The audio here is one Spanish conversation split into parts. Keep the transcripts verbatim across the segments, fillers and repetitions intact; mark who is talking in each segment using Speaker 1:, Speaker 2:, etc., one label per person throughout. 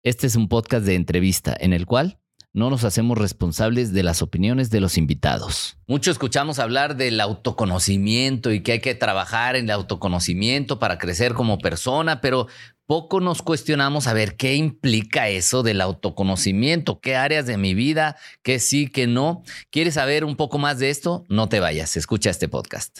Speaker 1: Este es un podcast de entrevista en el cual no nos hacemos responsables de las opiniones de los invitados. Mucho escuchamos hablar del autoconocimiento y que hay que trabajar en el autoconocimiento para crecer como persona, pero poco nos cuestionamos a ver qué implica eso del autoconocimiento, qué áreas de mi vida, qué sí, qué no. ¿Quieres saber un poco más de esto? No te vayas, escucha este podcast.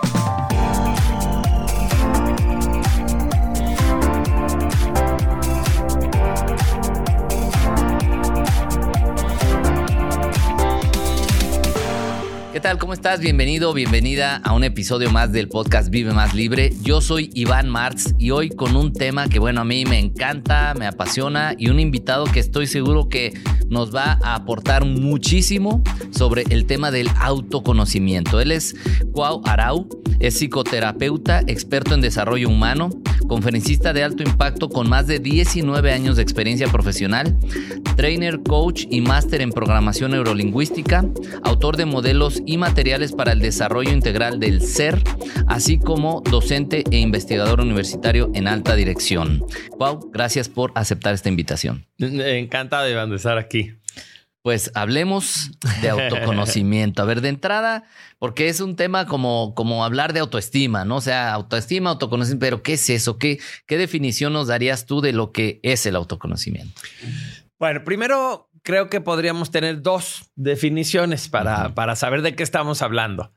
Speaker 1: ¿Qué tal? ¿Cómo estás? Bienvenido, bienvenida a un episodio más del podcast Vive Más Libre. Yo soy Iván Martz y hoy con un tema que, bueno, a mí me encanta, me apasiona y un invitado que estoy seguro que nos va a aportar muchísimo sobre el tema del autoconocimiento. Él es Cuau Arau, es psicoterapeuta, experto en desarrollo humano, conferencista de alto impacto con más de diecinueve años de experiencia profesional, trainer, coach y máster en programación neurolingüística, autor de modelos y materiales para el desarrollo integral del ser, así como docente e investigador universitario en alta dirección. Cuau, gracias por aceptar esta invitación.
Speaker 2: Encantado, Iván, de estar aquí.
Speaker 1: Pues hablemos de autoconocimiento. A ver, de entrada, porque es un tema como, como hablar de autoestima, ¿no? O sea, autoestima, autoconocimiento, pero ¿qué es eso? ¿Qué, qué definición nos darías tú de lo que es el autoconocimiento?
Speaker 2: Bueno, primero creo que podríamos tener dos definiciones para, uh-huh. para saber de qué estamos hablando.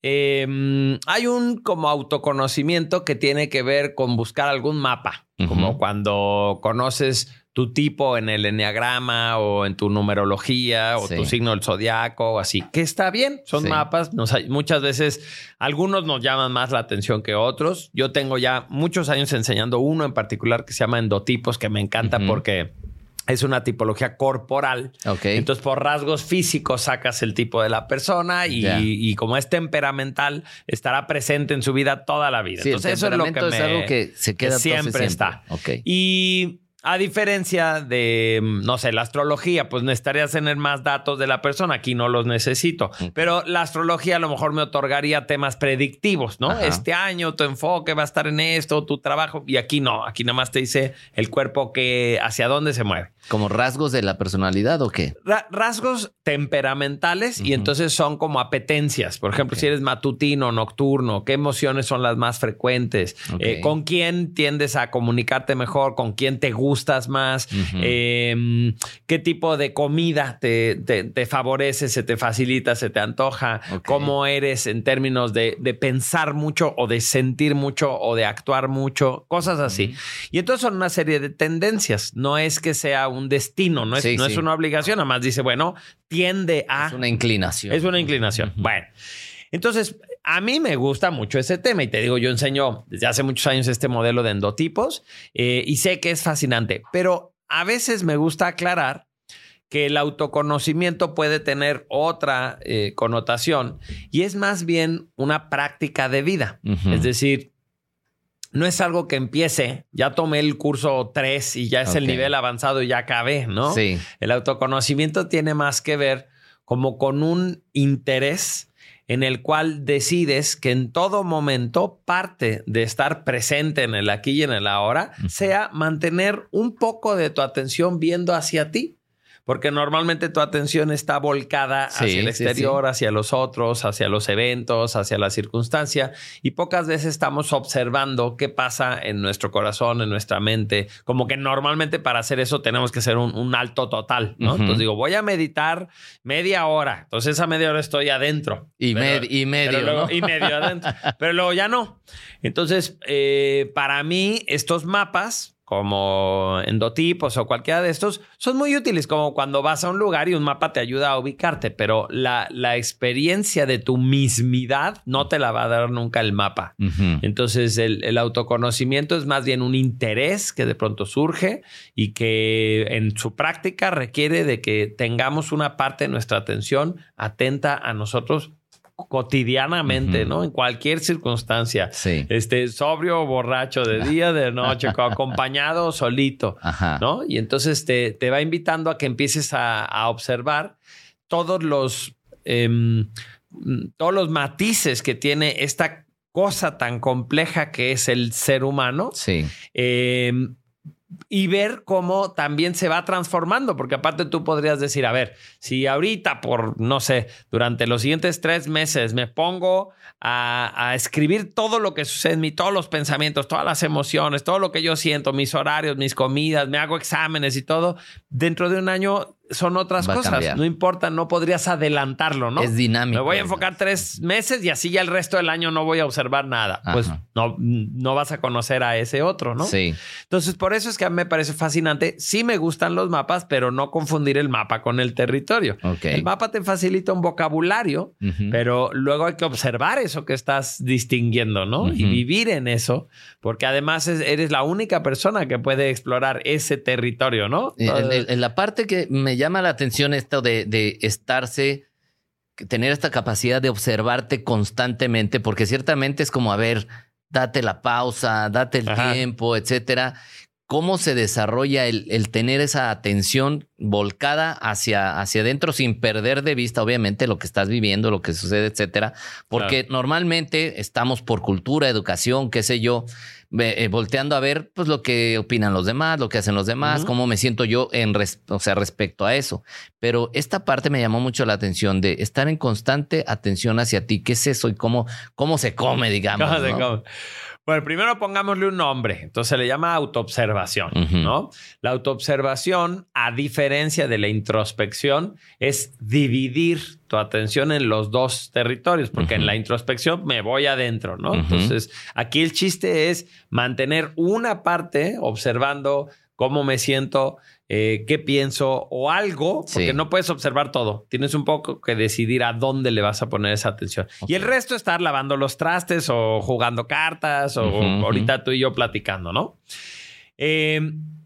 Speaker 2: Eh, hay un como autoconocimiento que tiene que ver con buscar algún mapa, uh-huh. como cuando conoces tu tipo en el enneagrama o en tu numerología o sí. tu signo del zodiaco o así, que está bien, son sí. mapas. Nos, muchas veces algunos nos llaman más la atención que otros. Yo tengo ya muchos años enseñando uno en particular que se llama endotipos, que me encanta uh-huh. porque es una tipología corporal. Okay. Entonces, por rasgos físicos sacas el tipo de la persona y, yeah. y como es temperamental, estará presente en su vida toda la vida.
Speaker 1: Sí, entonces, eso es lo que, me,
Speaker 2: es
Speaker 1: algo que se queda
Speaker 2: que siempre, siempre está. Okay. Y a diferencia de, no sé, la astrología, pues necesitarías tener más datos de la persona. Aquí no los necesito. Okay. Pero la astrología a lo mejor me otorgaría temas predictivos, ¿no? Ajá. Este año tu enfoque va a estar en esto, tu trabajo. Y aquí no. Aquí nada más te dice el cuerpo que hacia dónde se mueve.
Speaker 1: ¿Como rasgos de la personalidad o qué?
Speaker 2: Ra- rasgos temperamentales uh-huh. y entonces son como apetencias. Por ejemplo, okay. si eres matutino, nocturno, ¿qué emociones son las más frecuentes? Okay. Eh, ¿Con quién tiendes a comunicarte mejor? ¿Con quién te gustas más? Uh-huh. Eh, ¿Qué tipo de comida te, te, te favorece, se te facilita, se te antoja? Okay. ¿Cómo eres en términos de, de pensar mucho o de sentir mucho o de actuar mucho? Cosas así. Uh-huh. Y entonces son una serie de tendencias. No es que sea un destino, no es, sí, no sí. es una obligación. Nada más dice, bueno, tiende a...
Speaker 1: Es una inclinación.
Speaker 2: Es una inclinación. Uh-huh. Bueno, entonces a mí me gusta mucho ese tema y te digo, yo enseño desde hace muchos años este modelo de endotipos eh, y sé que es fascinante, pero a veces me gusta aclarar que el autoconocimiento puede tener otra eh, connotación y es más bien una práctica de vida. Uh-huh. Es decir, no es algo que empiece, ya tomé el curso tres y ya es okay. el nivel avanzado y ya acabé, ¿no?
Speaker 1: Sí.
Speaker 2: El autoconocimiento tiene más que ver como con un interés en el cual decides que en todo momento parte de estar presente en el aquí y en el ahora uh-huh. sea mantener un poco de tu atención viendo hacia ti. Porque normalmente tu atención está volcada sí, hacia el exterior, sí, sí. hacia los otros, hacia los eventos, hacia la circunstancia. Y pocas veces estamos observando qué pasa en nuestro corazón, en nuestra mente. Como que normalmente para hacer eso tenemos que hacer un, un alto total, ¿no? Uh-huh. Entonces digo, voy a meditar media hora. Entonces esa media hora estoy adentro.
Speaker 1: Y,
Speaker 2: pero,
Speaker 1: med- y medio,
Speaker 2: luego,
Speaker 1: ¿no?
Speaker 2: Y medio adentro. Pero luego ya no. Entonces, eh, para mí, estos mapas... como endotipos o cualquiera de estos, son muy útiles, como cuando vas a un lugar y un mapa te ayuda a ubicarte, pero la, la experiencia de tu mismidad no te la va a dar nunca el mapa. Uh-huh. Entonces, el, el autoconocimiento es más bien un interés que de pronto surge y que en su práctica requiere de que tengamos una parte de nuestra atención atenta a nosotros cotidianamente, uh-huh. ¿no? En cualquier circunstancia.
Speaker 1: Sí.
Speaker 2: Este, sobrio o borracho, de día, de noche, acompañado o solito,
Speaker 1: Ajá.
Speaker 2: ¿no? Y entonces te, te va invitando a que empieces a, a observar todos los, eh, todos los matices que tiene esta cosa tan compleja que es el ser humano.
Speaker 1: Sí.
Speaker 2: Eh, y ver cómo también se va transformando, porque aparte tú podrías decir, a ver, si ahorita por, no sé, durante los siguientes tres meses me pongo a, a escribir todo lo que sucede en mí, todos los pensamientos, todas las emociones, todo lo que yo siento, mis horarios, mis comidas, me hago exámenes y todo, dentro de un año son otras
Speaker 1: Va
Speaker 2: cosas. No importa, no podrías adelantarlo, ¿no?
Speaker 1: Es dinámico.
Speaker 2: Me voy a enfocar tres meses y así ya el resto del año no voy a observar nada. Ajá. Pues no, no vas a conocer a ese otro, ¿no?
Speaker 1: Sí.
Speaker 2: Entonces, por eso es que a mí me parece fascinante. Sí me gustan los mapas, pero no confundir el mapa con el territorio.
Speaker 1: Okay.
Speaker 2: El mapa te facilita un vocabulario, uh-huh. pero luego hay que observar eso que estás distinguiendo, ¿no? Uh-huh. Y vivir en eso, porque además es, eres la única persona que puede explorar ese territorio, ¿no?
Speaker 1: En, en, en la parte que me llama la atención esto de, de estarse, tener esta capacidad de observarte constantemente, porque ciertamente es como, a ver, date la pausa, date el Ajá. tiempo, etcétera. ¿Cómo se desarrolla el, el tener esa atención volcada hacia, hacia adentro sin perder de vista, obviamente, lo que estás viviendo, lo que sucede, etcétera? Porque claro. normalmente estamos por cultura, educación, qué sé yo, eh, volteando a ver pues lo que opinan los demás, lo que hacen los demás, uh-huh. cómo me siento yo en res, o sea, respecto a eso. Pero esta parte me llamó mucho la atención de estar en constante atención hacia ti. ¿Qué es eso y cómo, cómo se come, digamos? ¿Cómo se come?
Speaker 2: Bueno, primero pongámosle un nombre. Entonces se le llama autoobservación, uh-huh. ¿no? La autoobservación, a diferencia de la introspección, es dividir tu atención en los dos territorios, porque uh-huh. en la introspección me voy adentro, ¿no? Uh-huh. Entonces, aquí el chiste es mantener una parte observando cómo me siento, eh, qué pienso o algo, porque sí. no puedes observar todo. Tienes un poco que decidir a dónde le vas a poner esa atención. Okay. Y el resto estar lavando los trastes o jugando cartas o uh-huh, ahorita uh-huh. tú y yo platicando, ¿no? Eh,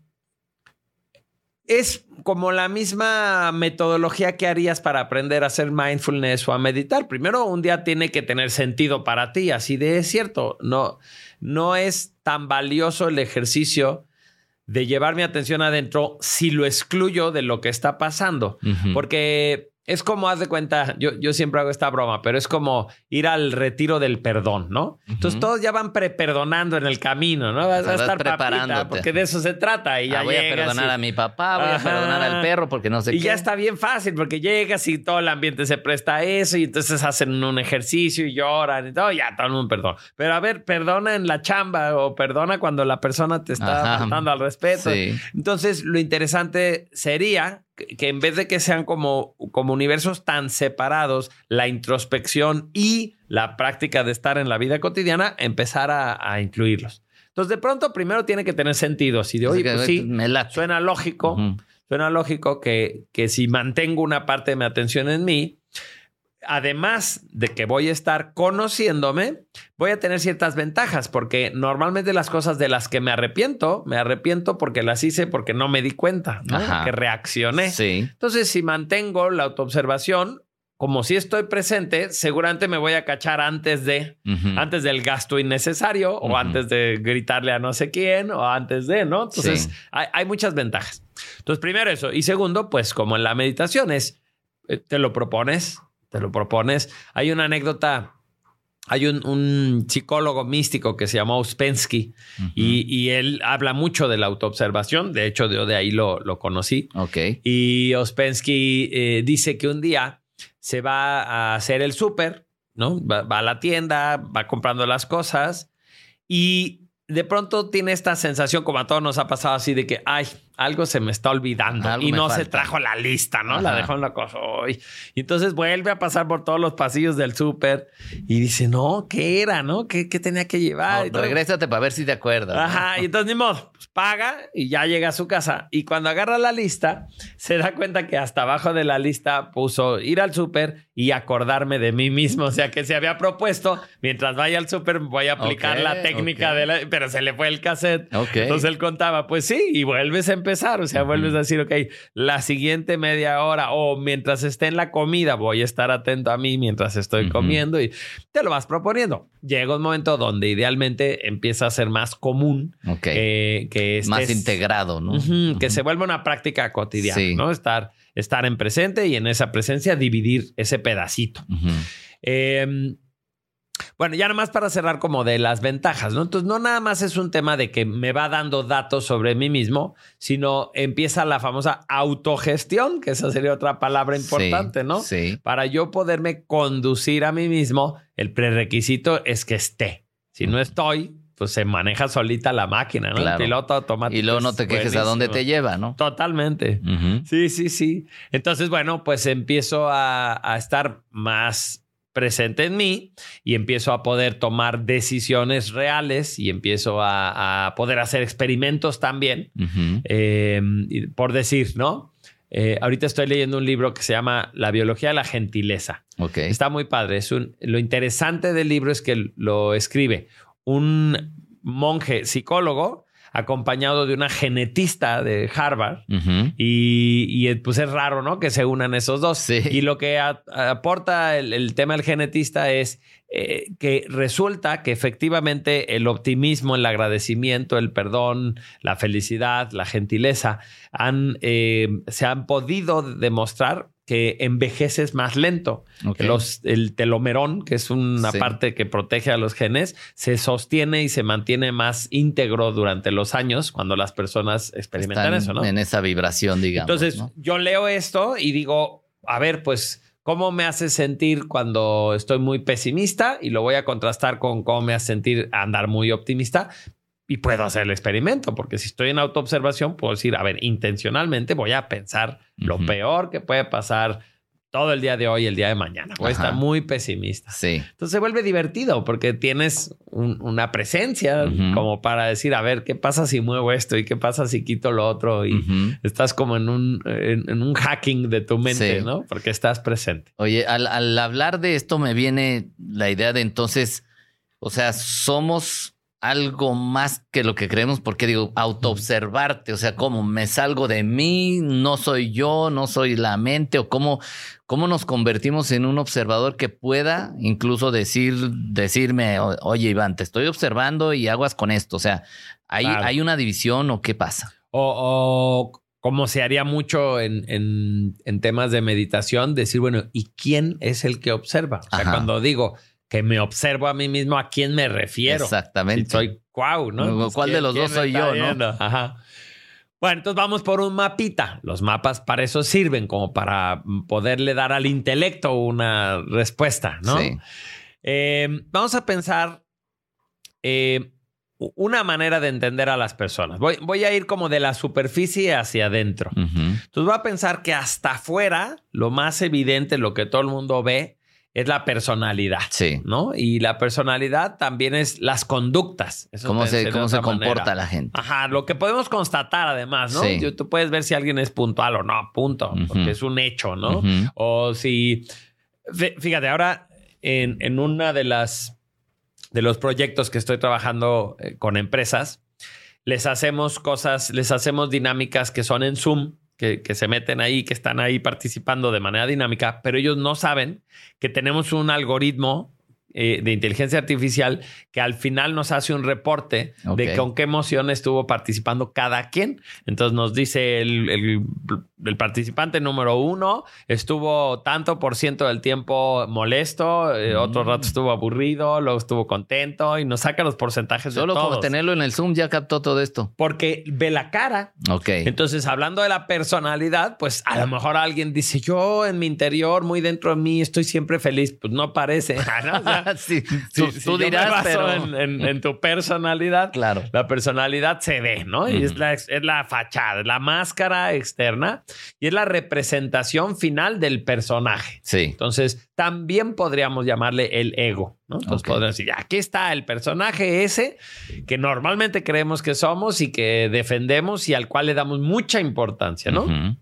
Speaker 2: es como la misma metodología que harías para aprender a hacer mindfulness o a meditar. Primero, un día tiene que tener sentido para ti, así de es cierto. No, no es tan valioso el ejercicio de llevar mi atención adentro si lo excluyo de lo que está pasando. Uh-huh. Porque es como, haz de cuenta, yo, yo siempre hago esta broma, pero es como ir al retiro del perdón, ¿no? Uh-huh. Entonces todos ya van pre-perdonando en el camino, ¿no? Vas a estar preparándote. Porque de eso se trata. Y ya
Speaker 1: ah, voy a perdonar y... a mi papá, voy Ajá. a perdonar al perro porque no sé
Speaker 2: y
Speaker 1: qué.
Speaker 2: Y ya está bien fácil porque llegas y todo el ambiente se presta a eso y entonces hacen un ejercicio y lloran y todo, ya todo el mundo perdona. Pero a ver, perdona en la chamba o perdona cuando la persona te está faltando al respeto. Sí. Entonces lo interesante sería que en vez de que sean como, como universos tan separados, la introspección y la práctica de estar en la vida cotidiana, empezar a, a incluirlos. Entonces, de pronto, primero tiene que tener sentido. Así de, oye, pues sí, suena lógico, uh-huh. suena lógico que, que si mantengo una parte de mi atención en mí, además de que voy a estar conociéndome, voy a tener ciertas ventajas, porque normalmente las cosas de las que me arrepiento, me arrepiento porque las hice porque no me di cuenta, ¿no? Que reaccioné.
Speaker 1: Sí.
Speaker 2: Entonces, si mantengo la autoobservación, como si estoy presente, seguramente me voy a cachar antes de, uh-huh. antes del gasto innecesario uh-huh. o antes de gritarle a no sé quién o antes de, ¿no? Entonces, sí. hay, hay muchas ventajas. Entonces, primero eso. Y segundo, pues como en la meditación es, te lo propones, te lo propones. Hay una anécdota, hay un, un psicólogo místico que se llamó Ouspensky uh-huh. y, y él habla mucho de la autoobservación. De hecho, de, de ahí lo, lo conocí.
Speaker 1: Okay.
Speaker 2: Y Ouspensky eh, dice que un día se va a hacer el súper, ¿no? Va, va a la tienda, va comprando las cosas y de pronto tiene esta sensación, como a todos nos ha pasado así, de que, ay, algo se me está olvidando algo y no falta. Se trajo la lista, ¿no? Ajá. La dejó en la cosa. Ay. Y entonces vuelve a pasar por todos los pasillos del súper y dice, no, ¿qué era, no? ¿Qué, qué tenía que llevar?
Speaker 1: No, regrésate para ver si te acuerdas.
Speaker 2: Ajá. ¿No? Y entonces, ni modo, pues paga y ya llega a su casa. Y cuando agarra la lista, se da cuenta que hasta abajo de la lista puso ir al súper y acordarme de mí mismo. O sea, que se había propuesto, mientras vaya al súper, voy a aplicar okay, la técnica okay. de la... Pero se le fue el cassette. Okay. Entonces él contaba, pues sí, y vuelves a empezar. O sea, uh-huh. vuelves a decir, ok, la siguiente media hora o mientras esté en la comida voy a estar atento a mí mientras estoy uh-huh. comiendo y te lo vas proponiendo. Llega un momento donde idealmente empieza a ser más común.
Speaker 1: Okay.
Speaker 2: Eh, que estés,
Speaker 1: más integrado, ¿no?
Speaker 2: Uh-huh, uh-huh. Que se vuelva una práctica cotidiana, sí. ¿no? Estar, estar en presente y en esa presencia dividir ese pedacito.
Speaker 1: Uh-huh.
Speaker 2: Eh, Bueno, ya nada más para cerrar como de las ventajas, ¿no? Entonces, no nada más es un tema de que me va dando datos sobre mí mismo, sino empieza la famosa autogestión, que esa sería otra palabra importante,
Speaker 1: sí,
Speaker 2: ¿no?
Speaker 1: Sí.
Speaker 2: Para yo poderme conducir a mí mismo, el prerequisito es que esté. Si no estoy, pues se maneja solita la máquina, ¿no?
Speaker 1: Claro.
Speaker 2: El piloto automático.
Speaker 1: Y luego no te quejes
Speaker 2: buenísimo.
Speaker 1: a dónde te lleva, ¿no?
Speaker 2: Totalmente.
Speaker 1: Uh-huh.
Speaker 2: Sí, sí, sí. Entonces, bueno, pues empiezo a, a estar más presente en mí y empiezo a poder tomar decisiones reales y empiezo a, a poder hacer experimentos también.
Speaker 1: Uh-huh.
Speaker 2: Eh, por decir, ¿no? Eh, ahorita estoy leyendo un libro que se llama La biología de la gentileza.
Speaker 1: Okay.
Speaker 2: Está muy padre. Es un, lo interesante del libro es que lo escribe un monje psicólogo acompañado de una genetista de Harvard.
Speaker 1: Uh-huh.
Speaker 2: Y, y pues es raro, ¿no? Que se unan esos dos.
Speaker 1: Sí.
Speaker 2: Y lo que a, aporta el, el tema del genetista es eh, que resulta que efectivamente el optimismo, el agradecimiento, el perdón, la felicidad, la gentileza han, eh, se han podido demostrar que envejeces más lento.
Speaker 1: Okay.
Speaker 2: Que los, el telomerón, que es una
Speaker 1: Sí.
Speaker 2: parte que protege a los genes, se sostiene y se mantiene más íntegro durante los años cuando las personas experimentan
Speaker 1: Están
Speaker 2: eso, ¿no?
Speaker 1: en esa vibración, digamos.
Speaker 2: Entonces,
Speaker 1: ¿no?
Speaker 2: yo leo esto y digo, a ver, pues, ¿cómo me hace sentir cuando estoy muy pesimista? Y lo voy a contrastar con cómo me hace sentir andar muy optimista. Y puedo hacer el experimento, porque si estoy en autoobservación, puedo decir, a ver, intencionalmente voy a pensar uh-huh. lo peor que puede pasar todo el día de hoy, el día de mañana. Voy Ajá. a estar muy pesimista.
Speaker 1: Sí.
Speaker 2: Entonces se vuelve divertido porque tienes un, una presencia uh-huh. como para decir, a ver, ¿qué pasa si muevo esto? ¿Y qué pasa si quito lo otro? Y uh-huh. estás como en un, en, en un hacking de tu mente, sí. ¿no? Porque estás presente.
Speaker 1: Oye, al, al hablar de esto me viene la idea de entonces, o sea, somos algo más que lo que creemos, porque digo, autoobservarte, o sea, cómo me salgo de mí, no soy yo, no soy la mente, o cómo, cómo nos convertimos en un observador que pueda incluso decir, decirme, oye, Iván, te estoy observando y aguas con esto. O sea, ¿hay, claro. ¿hay una división o qué pasa?
Speaker 2: O, o como se haría mucho en, en, en temas de meditación, decir, bueno, ¿y quién es el que observa? O sea, Ajá. cuando digo que me observo a mí mismo, ¿a quién me refiero?
Speaker 1: Exactamente.
Speaker 2: Si soy Cuau, ¿no?
Speaker 1: ¿Cuál de los dos soy yo,
Speaker 2: viendo? ¿no? Ajá. Bueno, entonces vamos por un mapita. Los mapas para eso sirven, como para poderle dar al intelecto una respuesta, ¿no?
Speaker 1: Sí.
Speaker 2: Eh, vamos a pensar eh, una manera de entender a las personas. Voy, voy a ir como de la superficie hacia adentro.
Speaker 1: Uh-huh.
Speaker 2: Entonces voy a pensar que hasta afuera, lo más evidente, lo que todo el mundo ve, es la personalidad,
Speaker 1: sí.
Speaker 2: ¿no? Y la personalidad también es las conductas.
Speaker 1: Eso ¿Cómo se, cómo se comporta manera. la gente?
Speaker 2: Ajá, lo que podemos constatar además, ¿no?
Speaker 1: Sí.
Speaker 2: Tú puedes ver si alguien es puntual o no, punto, uh-huh. porque es un hecho, ¿no?
Speaker 1: Uh-huh.
Speaker 2: O si... Fíjate, ahora en, en una de las... de los proyectos que estoy trabajando eh, con empresas, les hacemos cosas, les hacemos dinámicas que son en Zoom, Que, que se meten ahí, que están ahí participando de manera dinámica, pero ellos no saben que tenemos un algoritmo eh, de inteligencia artificial que al final nos hace un reporte okay. de con qué emoción estuvo participando cada quien. Entonces nos dice el, el, el participante número uno estuvo tanto por ciento del tiempo molesto, eh, mm. otro rato estuvo aburrido, luego estuvo contento y nos saca los porcentajes
Speaker 1: Solo
Speaker 2: de todos.
Speaker 1: Solo por tenerlo en el Zoom ya captó todo esto.
Speaker 2: Porque ve la cara.
Speaker 1: Ok.
Speaker 2: Entonces, hablando de la personalidad, pues a lo mejor alguien dice, yo en mi interior, muy dentro de mí, estoy siempre feliz. Pues no parece. ¿no? O sea,
Speaker 1: sí,
Speaker 2: tú,
Speaker 1: si,
Speaker 2: tú
Speaker 1: si dirás, pero...
Speaker 2: En, en, en tu personalidad,
Speaker 1: claro.
Speaker 2: La personalidad se ve, ¿no? Uh-huh. Y es la, es la fachada, es la máscara externa y es la representación final del personaje.
Speaker 1: Sí.
Speaker 2: Entonces, también podríamos llamarle el ego, ¿no? Entonces, okay. podríamos decir, aquí está el personaje ese que normalmente creemos que somos y que defendemos y al cual le damos mucha importancia, ¿no?
Speaker 1: Uh-huh.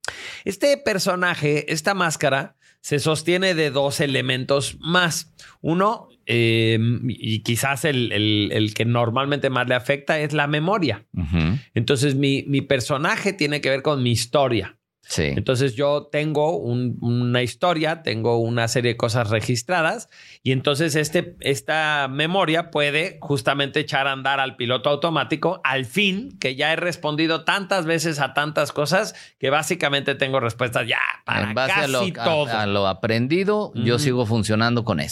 Speaker 2: Este personaje, esta máscara, se sostiene de dos elementos más. Uno, eh, y quizás el, el, el que normalmente más le afecta, es la memoria.
Speaker 1: Uh-huh.
Speaker 2: Entonces, mi, mi personaje tiene que ver con mi historia.
Speaker 1: Sí.
Speaker 2: Entonces yo tengo un, una historia, tengo una serie de cosas registradas y entonces este, esta memoria puede justamente echar a andar al piloto automático al fin que ya he respondido tantas veces a tantas cosas que básicamente tengo respuestas ya para
Speaker 1: en base
Speaker 2: casi
Speaker 1: a lo,
Speaker 2: todo.
Speaker 1: A, a lo aprendido, mm. yo sigo funcionando con eso.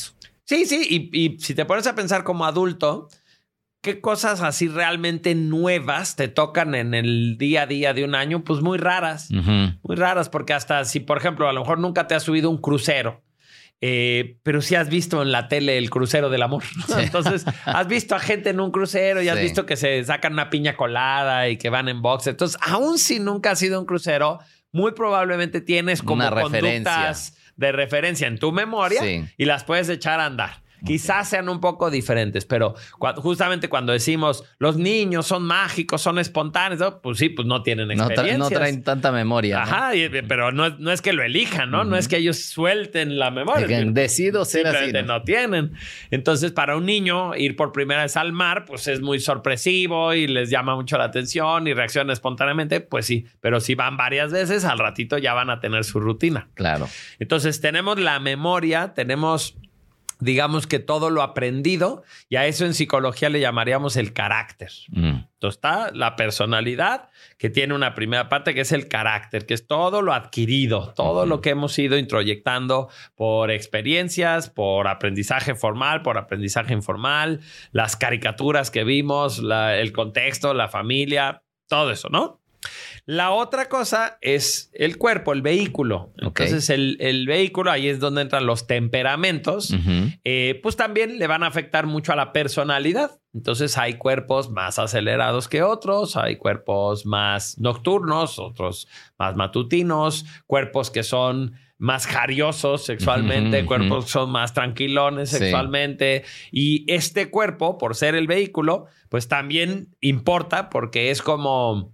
Speaker 2: Sí, sí. Y, y si te pones a pensar como adulto, ¿qué cosas así realmente nuevas te tocan en el día a día de un año? Pues muy raras. Uh-huh. Muy raras, porque hasta si, por ejemplo, a lo mejor nunca te has subido un crucero, eh, pero sí has visto en la tele el crucero del amor. Sí. Entonces, has visto a gente en un crucero y has sí. visto que se sacan una piña colada y que van en box. Entonces, aún si nunca has sido un crucero, muy probablemente tienes como una conductas de referencia en tu memoria sí. y las puedes echar a andar. Okay. Quizás sean un poco diferentes, pero cu- justamente cuando decimos los niños son mágicos, son espontáneos, ¿no? Pues sí, pues no tienen experiencias.
Speaker 1: No, tra- no traen tanta memoria.
Speaker 2: Ajá, ¿no? y, pero no, no es que lo elijan, ¿no? Uh-huh. No es que ellos suelten la memoria.
Speaker 1: Que decido ser así,
Speaker 2: ¿no? no tienen. Entonces, para un niño, ir por primera vez al mar, pues es muy sorpresivo y les llama mucho la atención y reaccionan espontáneamente, pues sí. Pero si van varias veces, al ratito ya van a tener su rutina.
Speaker 1: Claro.
Speaker 2: Entonces, tenemos la memoria, tenemos... digamos que todo lo aprendido, y a eso en psicología le llamaríamos el carácter. Mm. Entonces está la personalidad, que tiene una primera parte que es el carácter, que es todo lo adquirido, todo mm. lo que hemos ido introyectando por experiencias, por aprendizaje formal, por aprendizaje informal, las caricaturas que vimos, la, el contexto, la familia, todo eso, ¿no? La otra cosa es el cuerpo, el vehículo. Okay. Entonces, el, el vehículo, ahí es donde entran los temperamentos, uh-huh. eh, pues también le van a afectar mucho a la personalidad. Entonces, hay cuerpos más acelerados que otros, hay cuerpos más nocturnos, otros más matutinos, cuerpos que son más jariosos sexualmente, uh-huh, cuerpos uh-huh. que son más tranquilones sexualmente. Sí. Y este cuerpo, por ser el vehículo, pues también importa porque es como...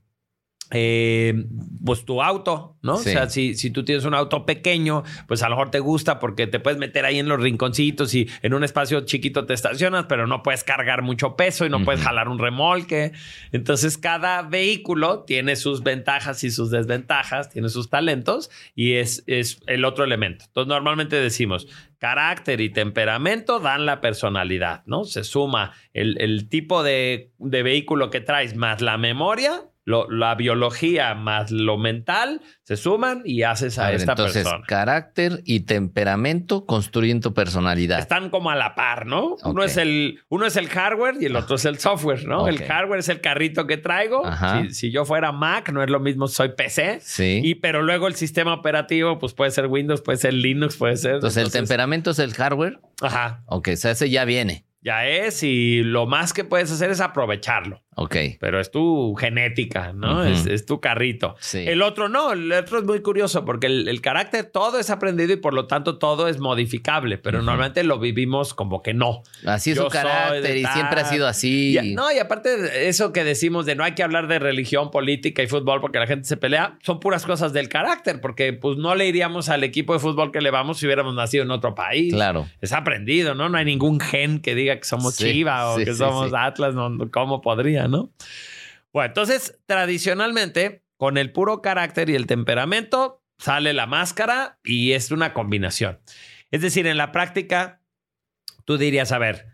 Speaker 2: Eh, pues tu auto, ¿no? Sí. O sea, si, si tú tienes un auto pequeño, pues a lo mejor te gusta porque te puedes meter ahí en los rinconcitos y en un espacio chiquito te estacionas, pero no puedes cargar mucho peso y no uh-huh. puedes jalar un remolque. Entonces, cada vehículo tiene sus ventajas y sus desventajas, tiene sus talentos y es, es el otro elemento. Entonces, normalmente decimos carácter y temperamento dan la personalidad, ¿no? Se suma el, el tipo de, de vehículo que traes más la memoria. Lo, la biología más lo mental se suman y haces a, a ver, esta
Speaker 1: entonces,
Speaker 2: persona.
Speaker 1: Carácter y temperamento construyen tu personalidad.
Speaker 2: Están como a la par, ¿no? Okay. Uno es el, uno es el hardware y el otro es el software, ¿no? Okay. El hardware es el carrito que traigo. Si, si yo fuera Mac, no es lo mismo, soy P C.
Speaker 1: Sí.
Speaker 2: Y, pero luego el sistema operativo, pues puede ser Windows, puede ser Linux, puede ser...
Speaker 1: Entonces, entonces el temperamento es el hardware.
Speaker 2: Ajá.
Speaker 1: Ok, o sea, ese ya viene.
Speaker 2: Ya es, y lo más que puedes hacer es aprovecharlo.
Speaker 1: Ok.
Speaker 2: Pero es tu genética, ¿no? Uh-huh. Es, es tu carrito.
Speaker 1: Sí.
Speaker 2: El otro no, el otro es muy curioso porque el, el carácter todo es aprendido y por lo tanto todo es modificable, pero uh-huh. normalmente lo vivimos como que no.
Speaker 1: Así es
Speaker 2: Yo
Speaker 1: su carácter y
Speaker 2: tal.
Speaker 1: siempre ha sido así.
Speaker 2: Y, no, y aparte de eso que decimos de no hay que hablar de religión, política y fútbol porque la gente se pelea, son puras cosas del carácter, porque pues no le iríamos al equipo de fútbol que le vamos si hubiéramos nacido en otro país.
Speaker 1: Claro.
Speaker 2: Es aprendido, ¿no? No hay ningún gen que diga que somos sí, Chiva o sí, que sí, somos sí. Atlas, no, ¿cómo podría, no? Bueno, entonces, tradicionalmente, con el puro carácter y el temperamento, sale la máscara y es una combinación. Es decir, en la práctica, tú dirías, a ver,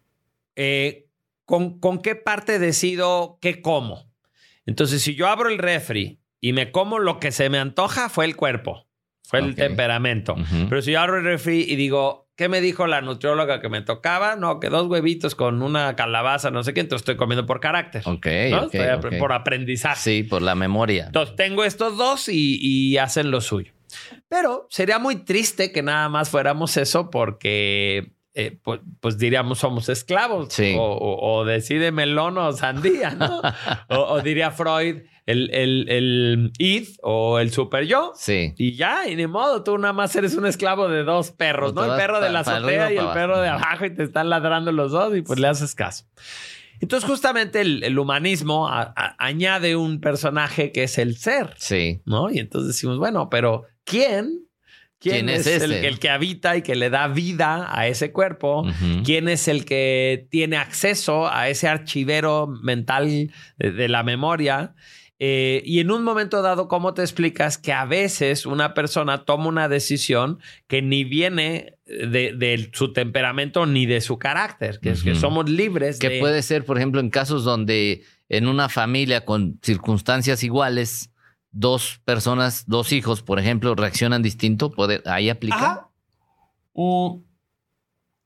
Speaker 2: eh, ¿con, ¿con qué parte decido qué como? Entonces, si yo abro el refri y me como lo que se me antoja, fue el cuerpo, fue okay. el temperamento. Uh-huh. Pero si yo abro el refri y digo... ¿Qué me dijo la nutrióloga que me tocaba? No, que dos huevitos con una calabaza, no sé qué. Entonces estoy comiendo por carácter.
Speaker 1: Ok,
Speaker 2: ¿no?
Speaker 1: okay,
Speaker 2: estoy
Speaker 1: okay.
Speaker 2: Por aprendizaje.
Speaker 1: Sí, por la memoria.
Speaker 2: Entonces tengo estos dos y, y hacen lo suyo. Pero sería muy triste que nada más fuéramos eso porque... Eh, pues, pues diríamos somos esclavos.
Speaker 1: Sí.
Speaker 2: O, o, o decide melón o sandía, ¿no? o, o diría Freud... El, el, el id o el super yo.
Speaker 1: Sí.
Speaker 2: Y ya, y ni modo, tú nada más eres un esclavo de dos perros, ¿no? El perro pa, de la azotea y el perro de abajo y te están ladrando los dos y pues le haces caso. Entonces, justamente el, el humanismo a, a, añade un personaje que es el ser.
Speaker 1: Sí.
Speaker 2: ¿No? Y entonces decimos, bueno, pero ¿quién? ¿Quién, ¿Quién es, es el, el que habita y que le da vida a ese cuerpo? Uh-huh. ¿Quién es el que tiene acceso a ese archivero mental de, de la memoria? Eh, y en un momento dado, ¿cómo te explicas que a veces una persona toma una decisión que ni viene de, de su temperamento ni de su carácter? Que, uh-huh. es que somos libres
Speaker 1: que
Speaker 2: de...
Speaker 1: puede ser, por ejemplo, en casos donde en una familia con circunstancias iguales, dos personas, dos hijos, por ejemplo, reaccionan distinto, ¿puede, ahí aplica?
Speaker 2: Uh,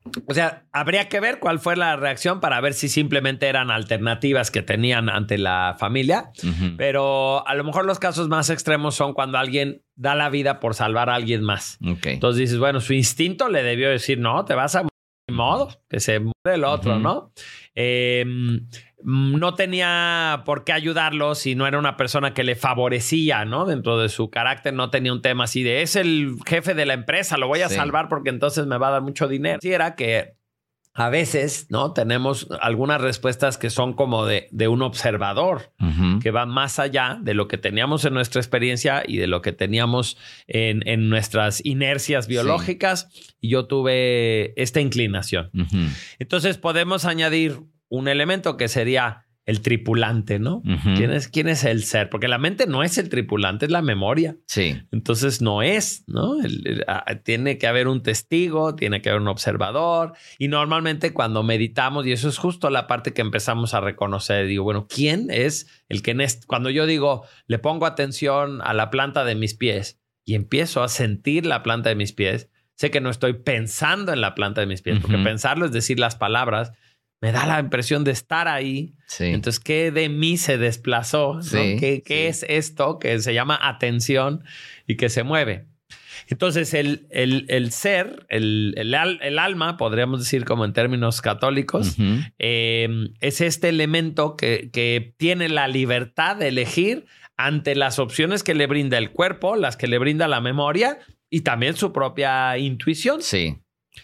Speaker 2: O sea, habría que ver cuál fue la reacción para ver si simplemente eran alternativas que tenían ante la familia. Uh-huh. Pero a lo mejor los casos más extremos son cuando alguien da la vida por salvar a alguien más. Okay. Entonces dices, bueno, su instinto le debió decir, no, te vas a morir de modo, que se muere el otro, uh-huh. ¿no? Eh, no tenía por qué ayudarlo si no era una persona que le favorecía, ¿no? Dentro de su carácter no tenía un tema así de es el jefe de la empresa, lo voy a sí. salvar porque entonces me va a dar mucho dinero. Sí, era que a veces, ¿no? Tenemos algunas respuestas que son como de, de un observador, uh-huh. que van más allá de lo que teníamos en nuestra experiencia y de lo que teníamos en, en nuestras inercias biológicas. Sí. Y yo tuve esta inclinación. Uh-huh. Entonces podemos añadir un elemento que sería el tripulante, ¿no? Uh-huh. ¿Quién es, ¿Quién es el ser? Porque la mente no es el tripulante, es la memoria.
Speaker 1: Sí.
Speaker 2: Entonces no es, ¿no? El, el, a, tiene que haber un testigo, tiene que haber un observador. Y normalmente cuando meditamos, y eso es justo la parte que empezamos a reconocer, digo, bueno, ¿quién es el que en este, cuando yo digo, le pongo atención a la planta de mis pies y empiezo a sentir la planta de mis pies, sé que no estoy pensando en la planta de mis pies, uh-huh. porque pensarlo es decir las palabras. Me da la impresión de estar ahí. Sí. Entonces, ¿qué de mí se desplazó? ¿No? Sí, ¿Qué, qué sí. es esto que se llama atención y que se mueve? Entonces, el, el, el ser, el, el, el alma, podríamos decir como en términos católicos, uh-huh. eh, es este elemento que, que tiene la libertad de elegir ante las opciones que le brinda el cuerpo, las que le brinda la memoria y también su propia intuición.
Speaker 1: Sí.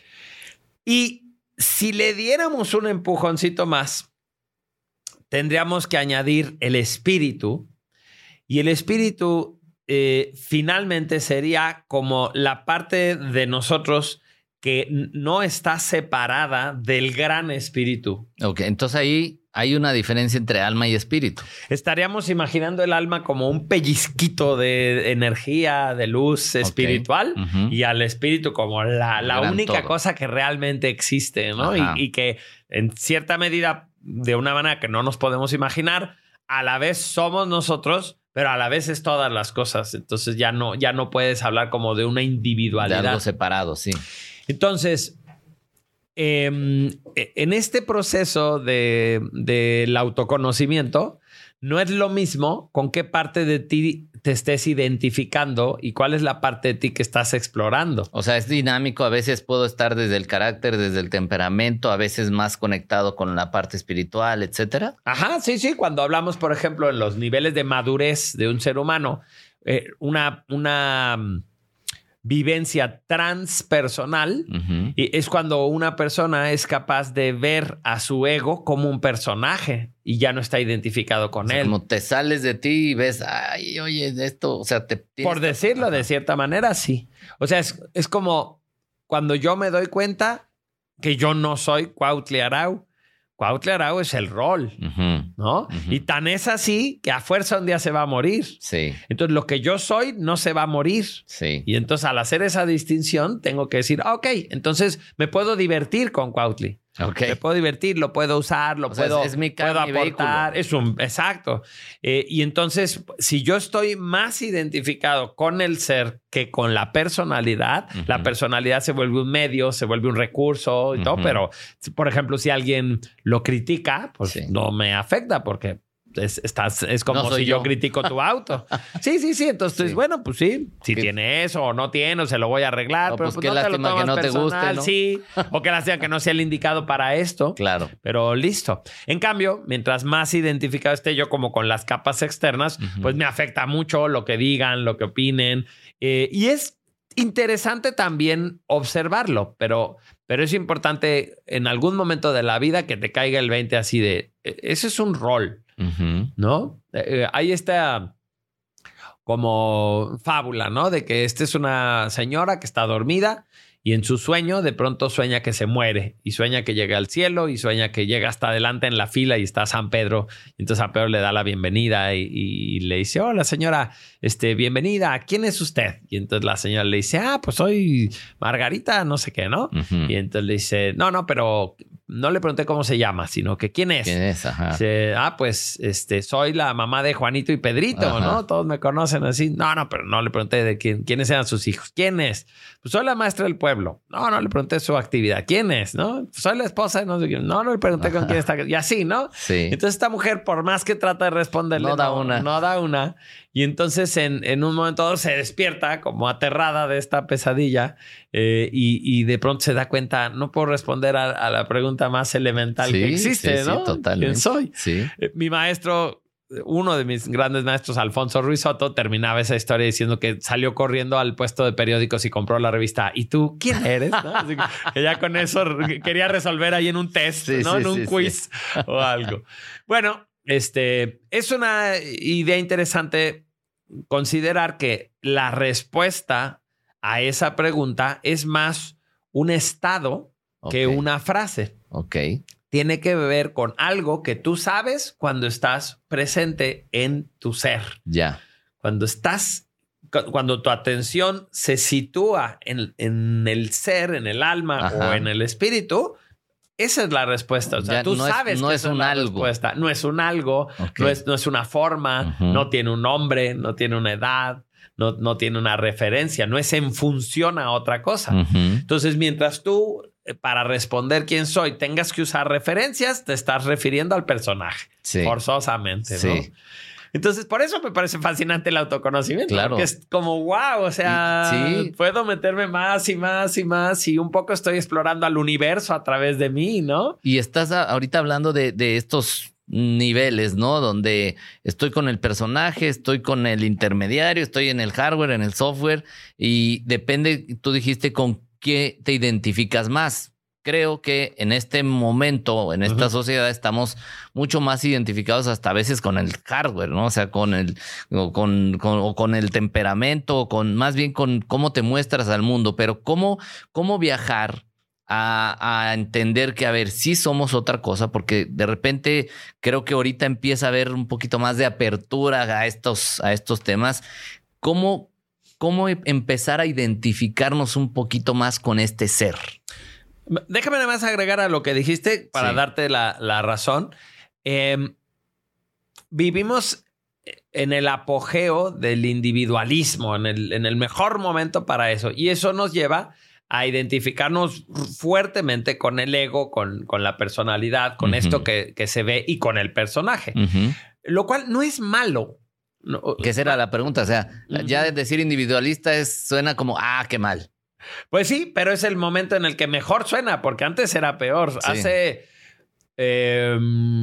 Speaker 2: Y si le diéramos un empujoncito más, tendríamos que añadir el espíritu. Y el espíritu eh, finalmente sería como la parte de nosotros que no está separada del gran espíritu.
Speaker 1: Ok, entonces ahí hay una diferencia entre alma y espíritu.
Speaker 2: Estaríamos imaginando el alma como un pellizquito de energía, de luz espiritual, okay. uh-huh. y al espíritu como la, la única todo. cosa que realmente existe, ¿no? Y, y que en cierta medida, de una manera que no nos podemos imaginar, a la vez somos nosotros, pero a la vez es todas las cosas. Entonces ya no, ya no puedes hablar como de una individualidad.
Speaker 1: De algo separado, sí.
Speaker 2: Entonces, eh, en este proceso de, del autoconocimiento, no es lo mismo con qué parte de ti te estés identificando y cuál es la parte de ti que estás explorando.
Speaker 1: O sea, es dinámico. A veces puedo estar desde el carácter, desde el temperamento, a veces más conectado con la parte espiritual, etcétera.
Speaker 2: Ajá, sí, sí. Cuando hablamos, por ejemplo, en los niveles de madurez de un ser humano, eh, una... una vivencia transpersonal, uh-huh. y es cuando una persona es capaz de ver a su ego como un personaje y ya no está identificado con o sea, él.
Speaker 1: Como te sales de ti y ves, ay, oye, esto, o sea, te...
Speaker 2: Por decirlo que... de cierta manera, sí. O sea, es, es como cuando yo me doy cuenta que yo no soy Cuautli Arau. Cuautli Arau es el rol, uh-huh. ¿no? Uh-huh. Y tan es así que a fuerza un día se va a morir.
Speaker 1: Sí.
Speaker 2: Entonces, lo que yo soy no se va a morir.
Speaker 1: Sí.
Speaker 2: Y entonces, al hacer esa distinción, tengo que decir, ah, ok, entonces me puedo divertir con Cuautli.
Speaker 1: Okay.
Speaker 2: Me puedo divertir, lo puedo usar, lo
Speaker 1: o
Speaker 2: puedo,
Speaker 1: sea, es, es mi
Speaker 2: puedo aportar. Es un, exacto. Eh, y entonces, si yo estoy más identificado con el ser que con la personalidad, uh-huh. la personalidad se vuelve un medio, se vuelve un recurso y uh-huh. todo. Pero, por ejemplo, si alguien lo critica, pues sí. no me afecta porque... Es, estás, es como no si yo. yo critico tu auto. Sí, sí, sí. Entonces, sí. bueno, pues sí. Si ¿Qué? tiene eso o no tiene, o se lo voy a arreglar.
Speaker 1: No,
Speaker 2: pero
Speaker 1: pues,
Speaker 2: pues
Speaker 1: qué
Speaker 2: no
Speaker 1: lástima
Speaker 2: te lo
Speaker 1: que no
Speaker 2: personal,
Speaker 1: te guste, ¿no?
Speaker 2: Sí. O que lástima que no sea el indicado para esto.
Speaker 1: Claro.
Speaker 2: Pero listo. En cambio, mientras más identificado esté yo como con las capas externas, uh-huh. pues me afecta mucho lo que digan, lo que opinen. Eh, y es interesante también observarlo, pero... Pero es importante en algún momento de la vida que te caiga el veinte así de... Ese es un rol, uh-huh. ¿no? Eh, hay esta como fábula, ¿no? De que esta es una señora que está dormida y en su sueño de pronto sueña que se muere y sueña que llega al cielo y sueña que llega hasta adelante en la fila y está San Pedro. Y entonces San Pedro le da la bienvenida y, y le dice, hola señora, este, bienvenida, ¿quién es usted? Y entonces la señora le dice, ah, pues soy Margarita, no sé qué, ¿no? Uh-huh. Y entonces le dice, no, no, pero no le pregunté cómo se llama, sino que quién es.
Speaker 1: ¿Quién es? Ajá.
Speaker 2: Dice, ah, pues este, soy la mamá de Juanito y Pedrito, Ajá. ¿no? Todos me conocen así. No, no, pero no le pregunté de quién, quiénes eran sus hijos. ¿Quién es? Pues soy la maestra del pueblo. No, no le pregunté su actividad. ¿Quién es? ¿No? Pues soy la esposa de no sé quién. No, no le pregunté con quién está. Y así, ¿no?
Speaker 1: Sí.
Speaker 2: Entonces esta mujer, por más que trata de responderle,
Speaker 1: no da no, una.
Speaker 2: No da una. Y entonces en, en un momento dado se despierta como aterrada de esta pesadilla eh, y, y de pronto se da cuenta, no puedo responder a, a la pregunta más elemental
Speaker 1: sí,
Speaker 2: que existe,
Speaker 1: sí,
Speaker 2: ¿no?
Speaker 1: Sí, totalmente.
Speaker 2: ¿Quién soy?
Speaker 1: Sí.
Speaker 2: Eh, mi maestro, uno de mis grandes maestros, Alfonso Ruiz Soto, terminaba esa historia diciendo que salió corriendo al puesto de periódicos y compró la revista. ¿Y tú quién eres? ¿No? Así que, que ya con eso quería resolver ahí en un test, sí, ¿no? Sí, en un sí, quiz sí. o algo. Bueno, este es una idea interesante considerar que la respuesta a esa pregunta es más un estado okay. que una frase.
Speaker 1: Ok.
Speaker 2: Tiene que ver con algo que tú sabes cuando estás presente en tu ser.
Speaker 1: Ya.
Speaker 2: Cuando estás, cuando tu atención se sitúa en, en el ser, en el alma Ajá. o en el espíritu, esa es la respuesta. O sea, ya, tú
Speaker 1: no
Speaker 2: sabes
Speaker 1: es, no
Speaker 2: que
Speaker 1: es
Speaker 2: esa
Speaker 1: un
Speaker 2: es la
Speaker 1: algo.
Speaker 2: respuesta. No es un algo, okay. no, es, no es una forma, uh-huh. no tiene un nombre, no tiene una edad, no, no tiene una referencia, no es en función a otra cosa.
Speaker 1: Uh-huh.
Speaker 2: Entonces, mientras tú, para responder quién soy, tengas que usar referencias, te estás refiriendo al personaje. Sí. Forzosamente, ¿no? Sí. Entonces, por eso me parece fascinante el autoconocimiento.
Speaker 1: Claro.
Speaker 2: Porque es como, wow, o sea, sí. puedo meterme más y más y más y un poco estoy explorando al universo a través de mí, ¿no?
Speaker 1: Y estás ahorita hablando de, de estos niveles, ¿no? Donde estoy con el personaje, estoy con el intermediario, estoy en el hardware, en el software y depende, tú dijiste, con qué te identificas más. Creo que en este momento, en esta uh-huh. sociedad, estamos mucho más identificados hasta a veces con el hardware, ¿no? O sea, con el, o con, con, o con el temperamento, o con más bien con cómo te muestras al mundo. Pero cómo, cómo viajar a, a entender que, a ver, sí somos otra cosa, porque de repente creo que ahorita empieza a haber un poquito más de apertura a estos, a estos temas. ¿Cómo, cómo empezar a identificarnos un poquito más con este ser?
Speaker 2: Déjame nada más agregar a lo que dijiste para sí. darte la, la razón. Eh, vivimos en el apogeo del individualismo, en el, en el mejor momento para eso. Y eso nos lleva a identificarnos fuertemente con el ego, con, con la personalidad, con uh-huh. esto que, que se ve y con el personaje. Uh-huh. Lo cual no es malo.
Speaker 1: No, ¿Qué será la pregunta? O sea, uh-huh. ya decir individualista es, suena como, ah, qué mal.
Speaker 2: Pues sí, pero es el momento en el que mejor suena, porque antes era peor. Sí. Hace... Eh,